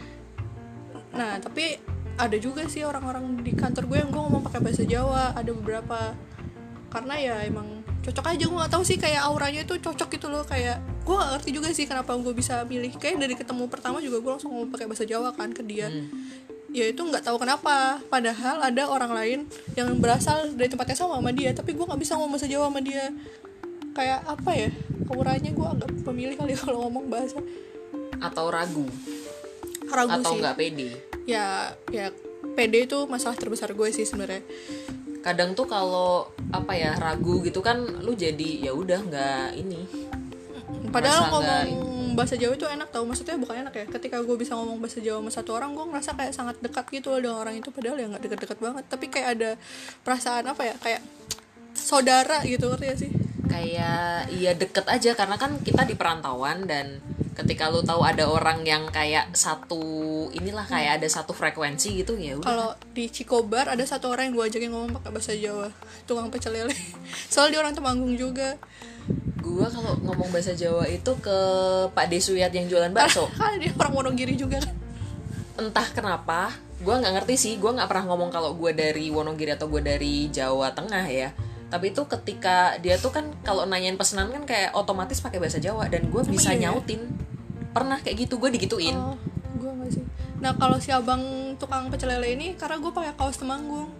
S1: Nah tapi ada juga sih orang-orang di kantor gue yang gue ngomong pakai bahasa Jawa, ada beberapa, karena ya emang cocok aja. Gue nggak tahu sih, kayak auranya itu cocok gitu loh. Kayak gue nggak ngerti juga sih kenapa gue bisa milih. Kayak dari ketemu pertama juga gue langsung ngomong pakai bahasa Jawa kan ke dia. Ya itu nggak tahu kenapa, padahal ada orang lain yang berasal dari tempat yang sama dia, tapi gue nggak bisa ngomong bahasa Jawa sama dia. Kayak apa ya, auranya gue agak pemilih kali kalau ngomong bahasa.
S2: Atau ragu
S1: sih,
S2: atau nggak pede?
S1: Ya pede itu masalah terbesar gue sih sebenarnya.
S2: Kadang tuh kalau apa ya, ragu gitu kan, lu jadi ya udah nggak ini.
S1: Padahal ngomong bahasa Jawa itu enak tau, maksudnya bukan enak ya, ketika gue bisa ngomong bahasa Jawa sama satu orang, gue ngerasa kayak sangat dekat gitu loh dengan orang itu, padahal ya nggak dekat-dekat banget, tapi kayak ada perasaan apa ya, kayak saudara gitu, ngerti ya sih?
S2: Kayak iya deket aja, karena kan kita di perantauan, dan ketika lu tahu ada orang yang kayak satu inilah, kayak ada satu frekuensi gitu, ya udah.
S1: Kalau di Cikobar ada satu orang yang gue ajakin ngomong pakai bahasa Jawa, tukang pecel lele. Soalnya dia orang Temanggung juga.
S2: Gue kalau ngomong bahasa Jawa itu ke Pak Desuyat yang jualan bakso.
S1: Kan dia orang Wonogiri juga kan.
S2: Entah kenapa, gue nggak ngerti sih. Gue nggak pernah ngomong kalau gue dari Wonogiri atau gue dari Jawa Tengah ya. Tapi itu ketika dia tuh kan kalau nanyain pesanan kan kayak otomatis pakai bahasa Jawa, dan gue bisa nyautin. Pernah kayak gitu, gue digituin.
S1: Oh, gue nggak sih. Nah kalau si abang tukang pecel lele ini, karena gue pakai kaos Temanggung.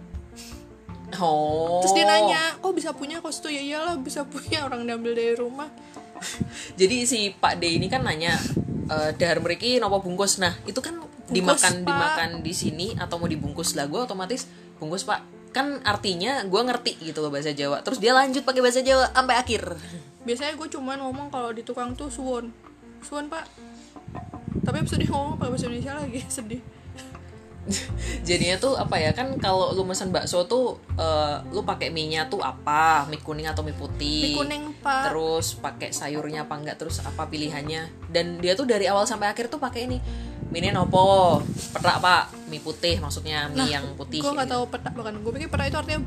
S2: Oh.
S1: Terus dia nanya, kok bisa punya kaos tuh? Ya iyalah bisa punya, orang diambil dari rumah.
S2: Jadi si Pak D ini kan nanya, dahar mriki napa bungkus. Nah itu kan bungkus, dimakan di sini atau mau dibungkus lah. Gue otomatis bungkus Pak, kan artinya gue ngerti gitu loh bahasa Jawa. Terus dia lanjut pakai bahasa Jawa sampai akhir.
S1: Biasanya gue cuman ngomong kalau di tukang tuh suwon Pak, tapi abis itu dia ngomong pakai bahasa Indonesia lagi. Sedih.
S2: Jadinya tuh apa ya, kan kalau lu mesen bakso tuh lu pakai mie-nya tuh apa, mie kuning atau mie putih,
S1: mie kuning Pak,
S2: terus pakai sayurnya apa enggak, terus apa pilihannya. Dan dia tuh dari awal sampai akhir tuh pakai ini, mie nopo, petak Pak, mie putih maksudnya, mie yang putih.
S1: Gue nggak tahu petak, bahkan gue pikir petak itu artinya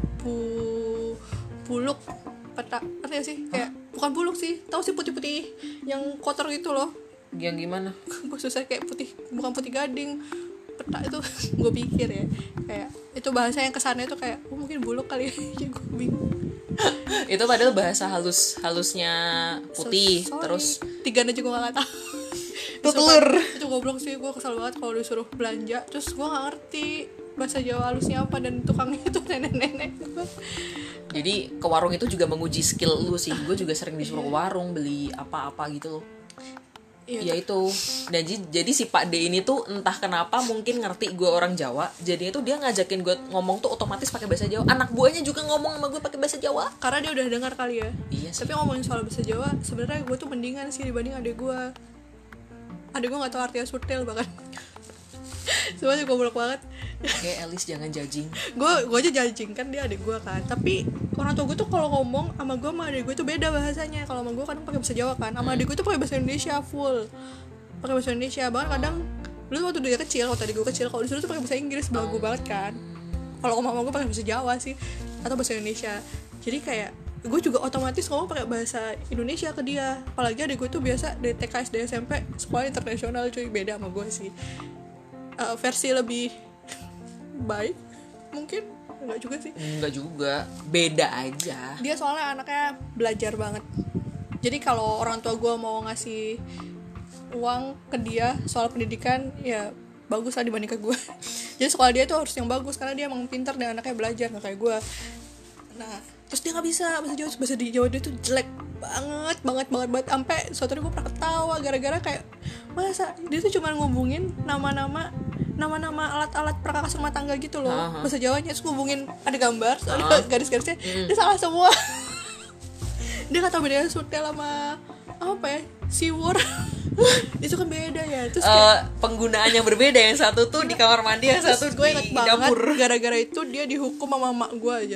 S1: buluk. Petak artinya sih kayak bukan buluk sih, tahu sih putih-putih yang kotor gitu loh.
S2: Yang gimana?
S1: Gue susah, kayak putih, bukan putih gading. Petak itu gue pikir ya kayak itu bahasa yang kesannya itu kayak mungkin buluk kali ya. Gue bingung.
S2: Itu padahal bahasa halusnya putih. Terus
S1: 3 aja gue nggak tahu.
S2: Itu telur.
S1: Itu goblok sih, gue kesal banget kalau disuruh belanja terus gue nggak ngerti bahasa Jawa halusnya apa, dan tukangnya itu nenek-nenek.
S2: Jadi ke warung itu juga menguji skill lu sih. Gue juga sering disuruh ke warung beli apa-apa gitu loh. Ya itu. Dan jadi si Pak D ini tuh entah kenapa mungkin ngerti gue orang Jawa, jadi itu dia ngajakin gue ngomong tuh otomatis pakai bahasa Jawa. Anak buahnya juga ngomong sama gue pakai bahasa Jawa
S1: karena dia udah dengar kali ya.
S2: Iya sih.
S1: Tapi ngomongin soal bahasa Jawa, sebenarnya gue tuh mendingan sih dibanding adek gue. Adek gue nggak tahu artinya sutil bahkan. Semuanya goblok banget.
S2: Oke, Elis jangan judging.
S1: Gue aja judging, kan dia adik gue kan. Tapi orang tua gue tuh kalau ngomong sama gue sama adik gue tuh beda bahasanya. Kalau sama gue kadang pakai bahasa Jawa kan, sama adik gue tuh pakai bahasa Indonesia full. Pakai bahasa Indonesia. Bahkan kadang dulu waktu dia kecil, waktu adik gue kecil, kalau disuruh tuh pakai bahasa Inggris, belagu banget kan. Kalau sama gue pakai bahasa Jawa sih atau bahasa Indonesia. Jadi kayak gue juga otomatis ngomong pakai bahasa Indonesia ke dia. Apalagi adik gue tuh biasa dari TK SD SMP sekolah internasional, cuy, beda sama gue sih. Versi lebih baik mungkin, enggak juga sih,
S2: enggak juga, beda aja.
S1: Dia soalnya anaknya belajar banget, jadi kalau orang tua gue mau ngasih uang ke dia soal pendidikan ya bagus lah dibanding ke gue. Jadi sekolah dia tuh harus yang bagus karena dia emang pintar dan anaknya belajar, nggak kayak gue. Nah terus dia nggak bisa bahasa Jawa dia tuh jelek banget sampai suatu hari gue pernah ketawa gara-gara kayak masa dia tuh cuma ngubungin nama-nama alat-alat perkakas rumah tangga gitu loh, bahasa Jawanya, terus ngubungin ada gambar, ada garis-garisnya, dia salah semua. Dia nggak tahu bedanya sutel sama apa ya, siwur. Itu kan beda ya. Terus
S2: penggunaan yang berbeda, yang satu tuh di kamar mandi, yang satu
S1: gue inget
S2: di
S1: banget,
S2: dapur.
S1: gara-gara itu dia dihukum sama mak gue aja,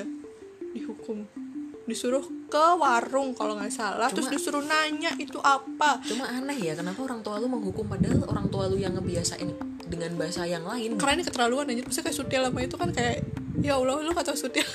S1: disuruh ke warung kalau nggak salah. Terus disuruh nanya itu apa.
S2: Cuma aneh ya, kenapa orang tua lu menghukum padahal orang tua lu yang ngebiasain dengan bahasa yang lain.
S1: Karena ini keterlaluan aja. Maksudnya kayak sutil sama itu kan kayak ya Allah, lu gak tau sutil.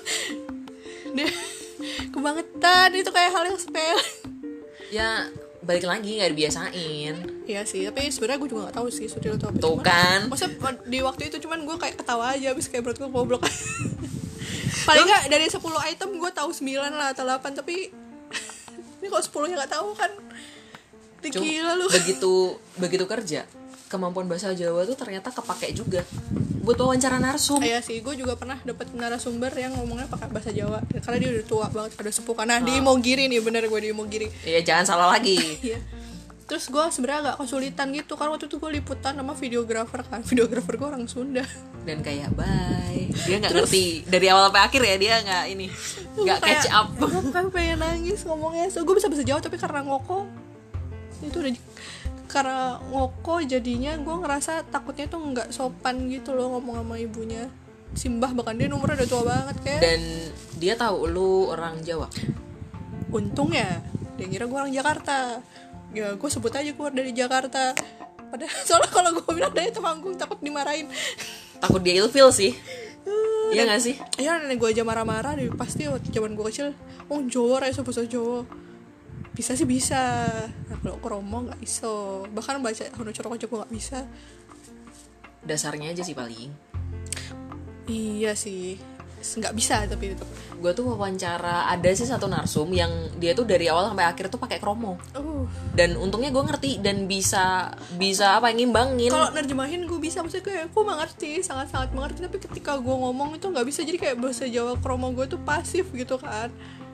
S1: Dia kebangetan, itu kayak hal yang sepele.
S2: Ya balik lagi nggak dibiasain.
S1: Iya sih, tapi sebenarnya gue juga nggak tahu sih sutil itu apa.
S2: Tuh kan.
S1: Maksudnya di waktu itu cuman gue kayak ketawa aja, abis kayak perut gue goblok. Paling nggak dari 10 item gue tahu 9 lah atau 8, tapi ini kalau 10-nya nggak tahu kan gila lu.
S2: Begitu kerja, kemampuan bahasa Jawa tuh ternyata kepake juga buat wawancara narsum.
S1: Iya sih, gue juga pernah dapat narasumber yang ngomongnya pakai bahasa Jawa karena dia udah tua banget, ada sepuh. Nah di Imogiri nih, bener gue di Imogiri.
S2: Iya, jangan salah lagi.
S1: Iya. Terus gue sebenarnya agak kesulitan gitu karena waktu itu gue liputan sama videografer kan, videografer gue orang Sunda.
S2: Dan kayak bye, dia nggak ngerti dari awal sampai akhir ya, dia nggak catch up.
S1: Gue kayak pengen nangis ngomongnya. So, gue bisa bahasa Jawa tapi karena ngoko itu udah, karena ngoko jadinya gue ngerasa takutnya tuh nggak sopan gitu loh ngomong sama ibunya. Simbah bahkan dia umurnya udah tua banget kayak.
S2: Dan dia tahu lu orang Jawa.
S1: Untungnya dia ngira gue orang Jakarta. Ya gue sebut aja keluar dari Jakarta. Padahal soalnya kalau gue bilang dari Temanggung takut dimarahin.
S2: Takut dia ilfil sih. Iya nggak sih?
S1: Iya, nenek gue aja marah-marah deh pasti waktu zaman gue kecil. Oh Jawa rasa bahasa Jawa. Bisa sih bisa. Nah, kalau kromo nggak iso. Bahkan baca Hono Coroko aja gue nggak bisa.
S2: Dasarnya aja sih paling.
S1: Iya sih, nggak bisa tapi itu.
S2: Gue tuh wawancara, ada sih satu narsum yang dia tuh dari awal sampai akhir tuh pakai kromo. Dan untungnya gue ngerti dan bisa apa ngimbangin.
S1: Kalau nerjemahin gue bisa, maksudnya kayak gue mengerti, sangat-sangat mengerti. Tapi ketika gue ngomong itu nggak bisa, jadi kayak bahasa Jawa kromo gue tuh pasif gitu kan.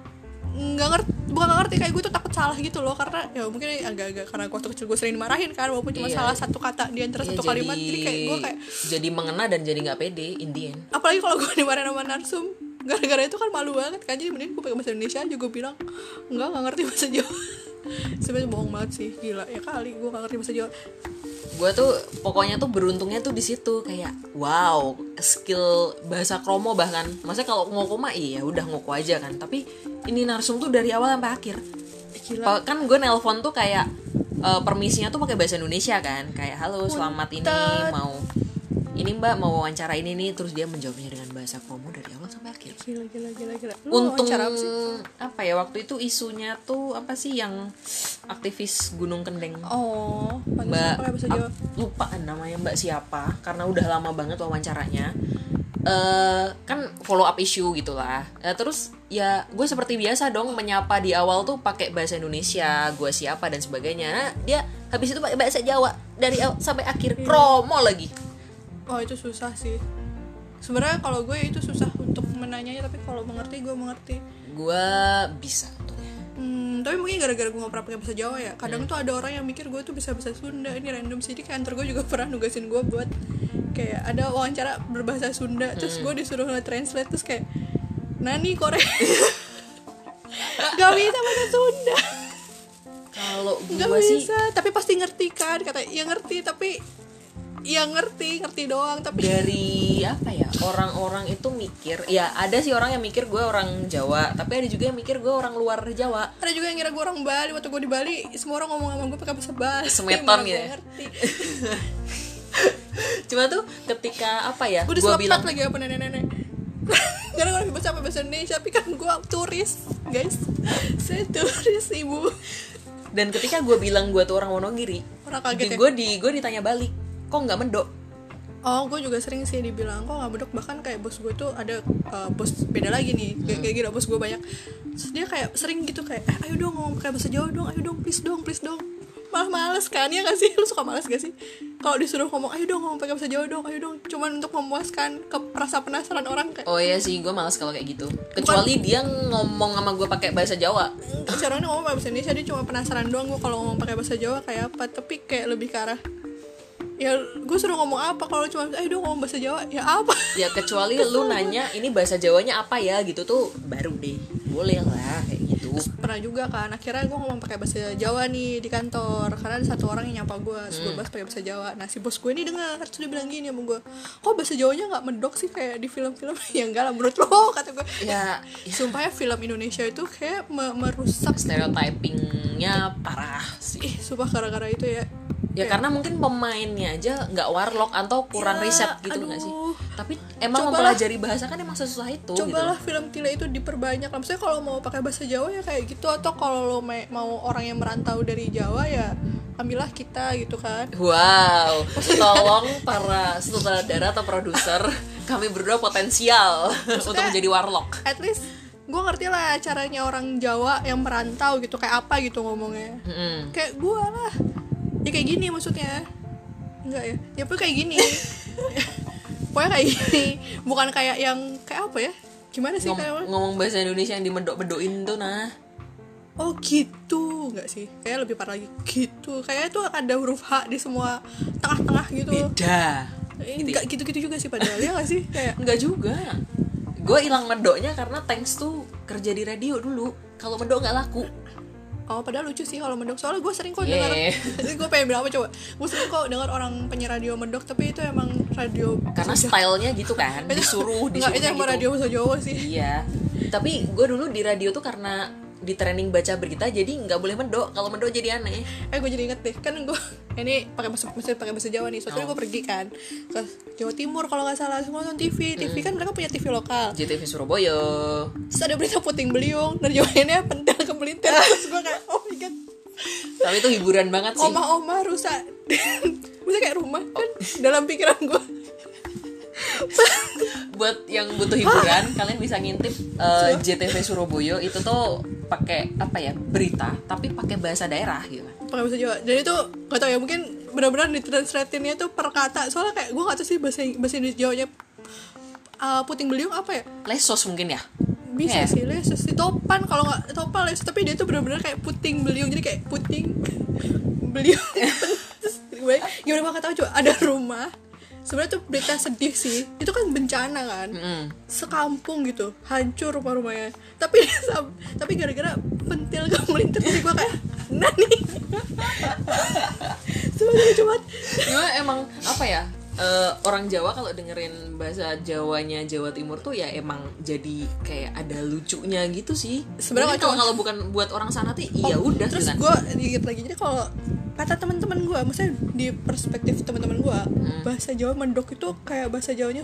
S1: Bukan nggak ngerti, kayak gue tuh takut salah gitu loh, karena ya mungkin agak-agak karena waktu kecil gue sering dimarahin kan, walaupun cuma salah satu kata di antara satu kalimat, jadi kayak gue kayak
S2: jadi mengena dan jadi nggak pede in the end.
S1: Apalagi kalau gue dimarahin sama narsum, gara-gara itu kan malu banget kan, jadi mending gue pakai bahasa Indonesia aja. Gue bilang nggak ngerti bahasa Jawa. Sebenarnya bohong banget sih, gila ya kali gue nggak ngerti bahasa Jawa.
S2: Gue tuh pokoknya tuh beruntungnya tuh di situ, kayak wow, skill bahasa kromo. Bahkan maksudnya kalau ngoko mah iya udah ngoko aja kan, tapi ini narsum tuh dari awal sampai akhir. Gila. Kan gue nelpon tuh kayak permisinya tuh pakai bahasa Indonesia kan, kayak halo selamat ini mbak mau wawancara ini nih, terus dia menjawabnya dengan bahasa kromo dari awal sampai akhir.
S1: Gila.
S2: Untung apa ya, waktu itu isunya tuh apa sih yang aktivis Gunung Kendeng. Mbak lupa namanya mbak siapa karena udah lama banget wawancaranya. Kan follow up issue gitulah. Terus ya gue seperti biasa dong menyapa di awal tuh pakai bahasa Indonesia, gue siapa dan sebagainya. Nah, dia habis itu pakai bahasa Jawa dari awal sampai akhir, kromo lagi.
S1: Oh itu susah sih. Sebenarnya kalau gue itu susah untuk menanyanya, tapi kalau mengerti gue mengerti.
S2: Gue bisa tuh.
S1: Tapi mungkin gara-gara gue gak pernah pakai bahasa Jawa ya. Kadang tuh ada orang yang mikir gue tuh bisa bahasa Sunda. Ini random sih. Di kantor gue juga pernah nugasin gue buat kayak ada wawancara berbahasa Sunda. Terus gue disuruh nge-translate, terus kayak Nani Korea. Gak bisa bahasa Sunda.
S2: Kalau
S1: gue sih bisa, tapi pasti ngerti kan. Kata ya ngerti, tapi ya ngerti doang. Tapi
S2: dari apa ya, orang-orang itu mikir, ya ada sih orang yang mikir gue orang Jawa, tapi ada juga yang mikir gue orang luar Jawa. Ada
S1: juga yang ngira gue orang Bali. Waktu gue di Bali semua orang ngomong sama gue pakai bahasa Bali,
S2: semeton gitu ya. Cuma tuh ketika apa ya,
S1: gue bilang lagi apa nenek-nenek karena gue bisa bahasa Indonesia, tapi kan gue turis guys, saya turis ibu.
S2: Dan ketika gue bilang gue tuh orang Wonogiri, orang kaget ya? Gue ditanya balik, kok nggak medok?
S1: Oh, gue juga sering sih dibilang kok nggak medok. Bahkan kayak bos gue tuh ada bos beda lagi nih, kayak gila bos gue banyak. Terus dia kayak sering gitu kayak ayo dong ngomong pakai bahasa Jawa dong, ayo dong please dong. Malah males kan, ya nggak sih? Lu suka males gak sih kalau disuruh ngomong ayo dong ngomong pakai bahasa Jawa dong, ayo dong, cuman untuk memuaskan rasa penasaran orang kayak.
S2: Oh iya sih, gue males kalau kayak gitu. Kecuali dia ngomong sama gue pakai bahasa Jawa.
S1: Caranya ngomong pakai bahasa Indonesia, dia cuma penasaran doang gue kalau ngomong pakai bahasa Jawa kayak apa. Tapi kayak lebih ke arah ya gue suruh ngomong apa, kalau cuma ayo dong ngomong bahasa Jawa ya apa. Ya
S2: kecuali lu nanya ini bahasa Jawanya apa ya gitu tuh baru deh boleh lah kayak gitu.
S1: Terus pernah juga kan akhirnya gue ngomong pakai bahasa Jawa nih di kantor karena ada satu orang yang nyapa gue, terus gue bahas pakai bahasa Jawa. Nah si bos gue ini dengar, terus dia bilang gini sama gue, kok bahasa Jawanya nggak medok sih kayak di film-film. Ya enggak lah menurut lo, kata gue. Ya sumpah ya film Indonesia itu kayak merusak
S2: stereotypingnya parah sih.
S1: Sumpah gara-gara itu ya.
S2: Ya karena mungkin pemainnya aja nggak warlock atau kurang riset gitu nggak sih? Tapi emang mempelajari bahasa kan emang sesusah itu.
S1: Cobalah
S2: gitu.
S1: Film Tile itu diperbanyak. Maksudnya kalau mau pakai bahasa Jawa ya kayak gitu, atau kalau lo mau orang yang merantau dari Jawa ya ambillah kita gitu kan.
S2: Wow, tolong para sutradara atau produser kami berdua potensial untuk menjadi warlock.
S1: At least gue ngerti lah caranya orang Jawa yang merantau gitu, kayak apa gitu ngomongnya. Kayak gue lah ya kayak gini maksudnya. Enggak ya, ya pokoknya kayak gini. Pokoknya kayak gini, bukan kayak yang kayak apa ya, gimana sih
S2: ngomong bahasa Indonesia yang dimedok-medokin tuh. Nah,
S1: oh gitu, enggak sih, kayak lebih parah lagi gitu, kayak itu ada huruf H di semua tengah-tengah gitu.
S2: Beda.
S1: Enggak gitu-gitu juga sih padahal, ya nggak sih, kayak
S2: enggak juga. Gue hilang medoknya karena Thanks tuh kerja di radio dulu. Kalau medok nggak laku.
S1: Oh, padahal lucu sih kalau medok, soalnya gue sering kok dengar. Gue pengen bilang apa coba, gue sering kok dengar orang penyiar radio medok, tapi itu emang radio
S2: karena stylenya gitu kan, disuruh
S1: nggak, itu emang
S2: gitu.
S1: radio bahasa Jawa sih.
S2: Iya, tapi gue dulu di radio tuh karena di training baca berita, jadi nggak boleh medok. Kalau medok jadi aneh.
S1: Gue jadi inget deh, kan gue ini pakai bahasa Jawa nih. Soalnya gue pergi kan ke Jawa Timur kalau nggak salah, semua nonton TV kan mereka punya TV lokal,
S2: JTV Surabaya.
S1: Terus ada berita puting beliung, nerjemahinnya pendal ke melintir. Terus gue kayak oh my god.
S2: Tapi itu hiburan banget sih.
S1: Oma-oma rusak. Maksudnya kayak rumah kan dalam pikiran gue.
S2: Buat yang butuh hiburan, kalian bisa ngintip JTV Surabaya. Itu tuh pakai apa ya, berita tapi pakai bahasa daerah gitu.
S1: Pakai bahasa Jawa. Dan itu gak tau ya, mungkin benar-benar ditranslate-nya tuh per kata. Soalnya kayak gue gak tau sih bahasa Indonesia Jawanya puting beliung apa ya?
S2: Lesos mungkin ya?
S1: Bisa sih, lesos. Di topan, kalau gak topan lesos. Tapi dia tuh benar-benar kayak puting beliung. Jadi kayak puting beliung. Gimana gue gak tau coba, ada rumah. Sebenarnya tuh berita sedih sih. Itu kan bencana kan, sekampung gitu hancur rumah-rumahnya. Tapi gara-gara pentil gak melintir, jadi gue kayak nani. Sebenarnya cuma
S2: emang apa ya, orang Jawa kalau dengerin bahasa Jawanya Jawa Timur tuh ya emang jadi kayak ada lucunya gitu sih. Sebenarnya kalau bukan buat orang sana tuh iya udah.
S1: Terus gue inget lagi, jadi kalau kata teman-teman gue, maksudnya di perspektif teman-teman gue, bahasa Jawa mendok itu kayak bahasa Jawanya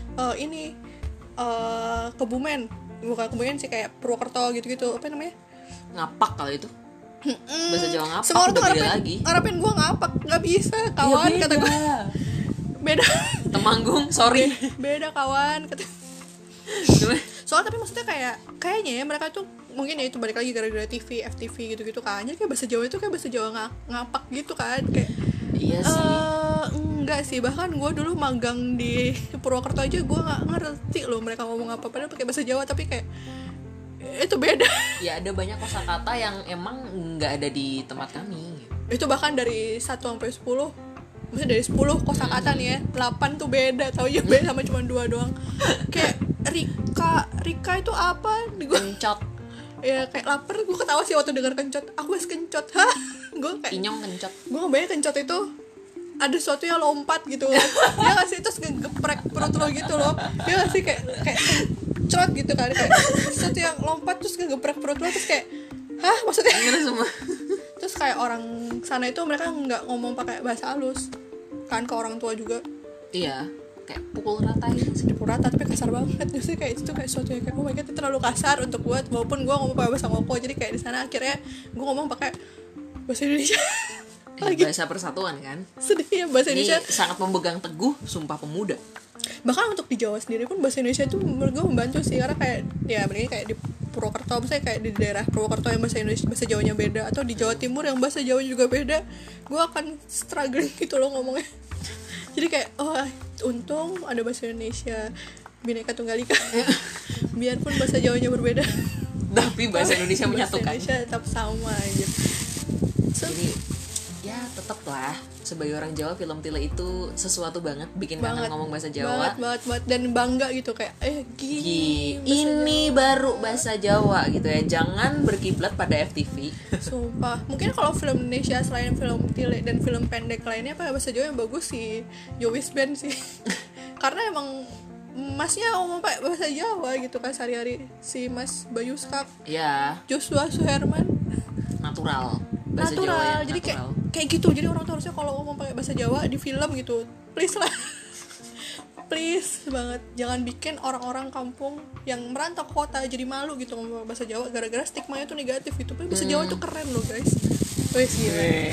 S1: Kebumen, bukan Kebumen sih, kayak Purwokerto gitu-gitu, apa namanya,
S2: ngapak kalau itu bahasa Jawa ngapak.
S1: Semua orang tuh ngarepin gue ngapak, nggak bisa kawan, ya, kata gue beda. Temanggung, sorry, beda kawan kata. Soalnya tapi maksudnya kayaknya ya mereka tuh mungkin ya itu balik lagi gara-gara TV, FTV gitu-gitu kan. Jadi kayak bahasa Jawa itu kayak bahasa Jawa ngapak gitu kan. Kayak
S2: iya sih.
S1: Enggak sih, bahkan gue dulu magang di Purwokerto aja gue nggak ngerti loh mereka ngomong apa, padahal pakai bahasa Jawa tapi kayak itu beda. Ya
S2: ada banyak kosakata yang emang nggak ada di tempat kami.
S1: Itu bahkan dari 1 sampai 10, maksudnya dari 10 kosakata nih ya, 8 tuh beda, tau ya beda sama cuma 2 doang. Kayak Rika itu apa?
S2: Kencot.
S1: Ya kayak lapar, gue ketawa sih waktu dengar kencot. Aku harus kencot, hah? Gue kayak
S2: Inyong kencot.
S1: Gue ngebayang kencot itu ada sesuatu yang lompat gitu. Dia nggak sih, terus ngegeprek perut lo gitu loh. Dia nggak sih kayak kencot gitu kan, kayak sesuatu yang lompat terus ngegeprek perut lo, terus kayak hah maksudnya?
S2: Semua.
S1: Terus kayak orang sana itu mereka nggak ngomong pakai bahasa halus kan ke orang tua juga.
S2: Iya, kayak pukul rata gitu sih.
S1: Pukul rata tapi kasar banget. Jadi kayak itu kayak sesuatu yang kayak oh my god, itu terlalu kasar untuk gue, walaupun gue ngomong pakai bahasa Ngoko. Jadi kayak di sana akhirnya gue ngomong pakai bahasa Indonesia. Lagi. Bahasa
S2: persatuan kan.
S1: Sedih ya bahasa Indonesia.
S2: Sangat memegang teguh Sumpah Pemuda.
S1: Bahkan untuk di Jawa sendiri pun bahasa Indonesia itu menurut gue membantu sih, karena kayak ya mending kayak di Purwokerto, misalnya kayak di daerah Purwokerto yang bahasa Indonesia, bahasa Jawanya beda, atau di Jawa Timur yang bahasa Jawanya juga beda, gue akan struggling gitu loh ngomongnya. Jadi kayak oh untung ada bahasa Indonesia Bhinneka Tunggal Ika. Biarpun bahasa Jawanya berbeda,
S2: tapi bahasa Indonesia menyatukan.
S1: Bahasa Indonesia tetap sama aja.
S2: Jadi ya tetap lah, sebagai orang Jawa film Tile itu sesuatu banget, bikin kangen ngomong bahasa Jawa.
S1: Banget dan bangga gitu kayak gini.
S2: Ini baru bahasa Jawa gitu ya. Jangan berkiblat pada FTV.
S1: Sumpah. Mungkin kalau film Indonesia selain film Tile dan film pendek lainnya apa bahasa Jawa yang bagus sih Yowis Band sih. Karena emang masnya ngomong pakai bahasa Jawa gitu kan sehari-hari, si Mas Bayu Skak.
S2: Iya.
S1: Joshua Suherman.
S2: Natural. Bahasa
S1: natural.
S2: Jawa
S1: Jadi
S2: natural.
S1: kayak gitu. Jadi orang tuh harusnya kalau ngomong pakai bahasa Jawa di film gitu, please lah. Please banget, jangan bikin orang-orang kampung yang merantau ke kota jadi malu gitu ngomong bahasa Jawa gara-gara stigmanya tuh negatif gitu. Tapi bahasa Jawa tuh keren loh guys.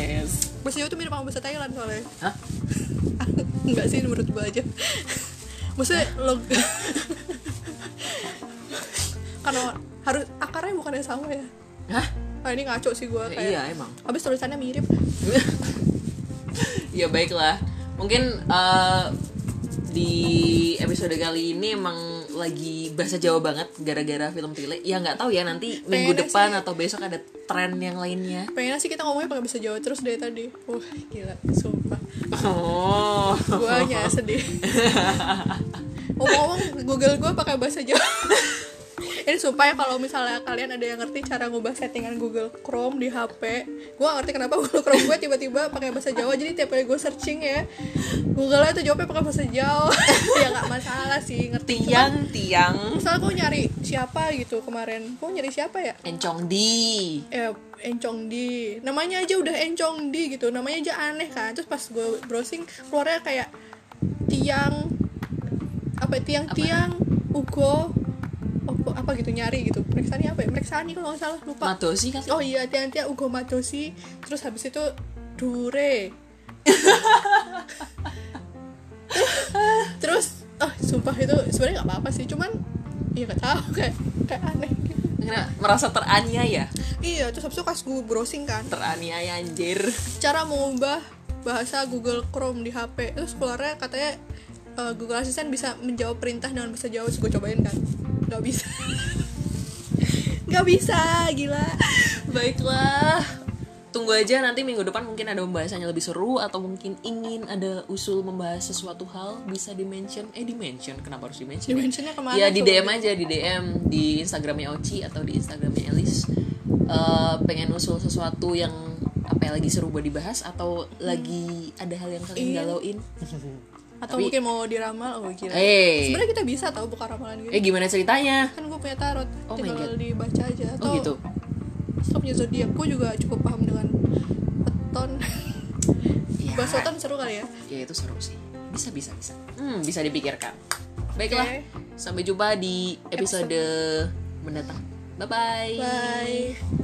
S1: Bahasa Jawa tuh mirip sama bahasa Thailand soalnya.
S2: Hah?
S1: Enggak sih menurut gue aja. Maksudnya karena harus akarnya bukannya sama ya.
S2: Hah?
S1: Ah, ini ngaco sih gue kayak.
S2: Iya emang.
S1: Abis tulisannya mirip.
S2: Ya baiklah. Mungkin di episode kali ini emang lagi bahasa Jawa banget gara-gara film Tile. Ya nggak tahu ya nanti minggu
S1: Pengennya
S2: depan
S1: sih.
S2: atau besok ada tren yang lainnya.
S1: Pengennya sih kita ngomongnya pakai bahasa Jawa terus dari tadi. Gila, sumpah.
S2: Oh.
S1: Guanya sedih. Ngomong-ngomong Google gue pakai bahasa Jawa. Ini sumpah ya, kalau misalnya kalian ada yang ngerti cara ngubah settingan Google Chrome di HP, gue gak ngerti kenapa Google Chrome gue tiba-tiba pakai bahasa Jawa. Jadi tiap kali gue searching ya, Google-nya tuh jawabnya pakai bahasa Jawa. Ya gak masalah sih, ngerti.
S2: Tiang.
S1: Misalnya gue nyari siapa gitu kemarin, gue nyari siapa ya?
S2: Encong Di.
S1: Encong Di, namanya aja udah Encong Di gitu, namanya aja aneh kan. Terus pas gue browsing keluarnya kayak tiang Ugo apa gitu, nyari gitu. Mereksani apa ya? Mereksani kalau nggak salah, lupa.
S2: Matosi kan?
S1: Oh iya, tiang Ugo Matosi. Terus habis itu Dure. Terus sumpah itu sebenarnya nggak apa-apa sih, cuman ya nggak tahu kayak aneh gitu.
S2: Karena merasa teraniaya.
S1: Iya, terus habis itu pas gue browsing kan,
S2: Teraniaya anjir.
S1: cara mengubah bahasa Google Chrome di HP, terus keluarnya katanya Google Assistant bisa menjawab perintah dengan bahasa Jawa. Terus gue cobain kan, nggak bisa. Nggak bisa, gila.
S2: Baiklah. Tunggu aja nanti minggu depan mungkin ada pembahasannya lebih seru, atau mungkin ingin ada usul membahas sesuatu hal, bisa di-mention. Kenapa harus di-mention?
S1: Dimensionnya kemana?
S2: Ya di
S1: coba?
S2: DM aja, di DM di Instagramnya Oci atau di Instagramnya Elis. Pengen usul sesuatu yang apa ya, lagi seru buat dibahas, atau lagi ada hal yang kalian galauin,
S1: Atau
S2: Tapi-
S1: mungkin mau diramal. Gila.
S2: Hey.
S1: Sebenarnya kita bisa tahu buka ramalan gitu.
S2: Gimana ceritanya?
S1: Kan gue punya tarot,
S2: Oh my
S1: tinggal
S2: God.
S1: dibaca aja.
S2: Oh gitu.
S1: Atau punya zodiak, gue juga cukup paham dengan weton.
S2: Ya,
S1: Bahas weton seru kali ya.
S2: ya itu seru sih. Bisa. Bisa dipikirkan. Baiklah.
S1: Oke.
S2: Sampai jumpa di episode mendatang. Bye-bye.
S1: Bye.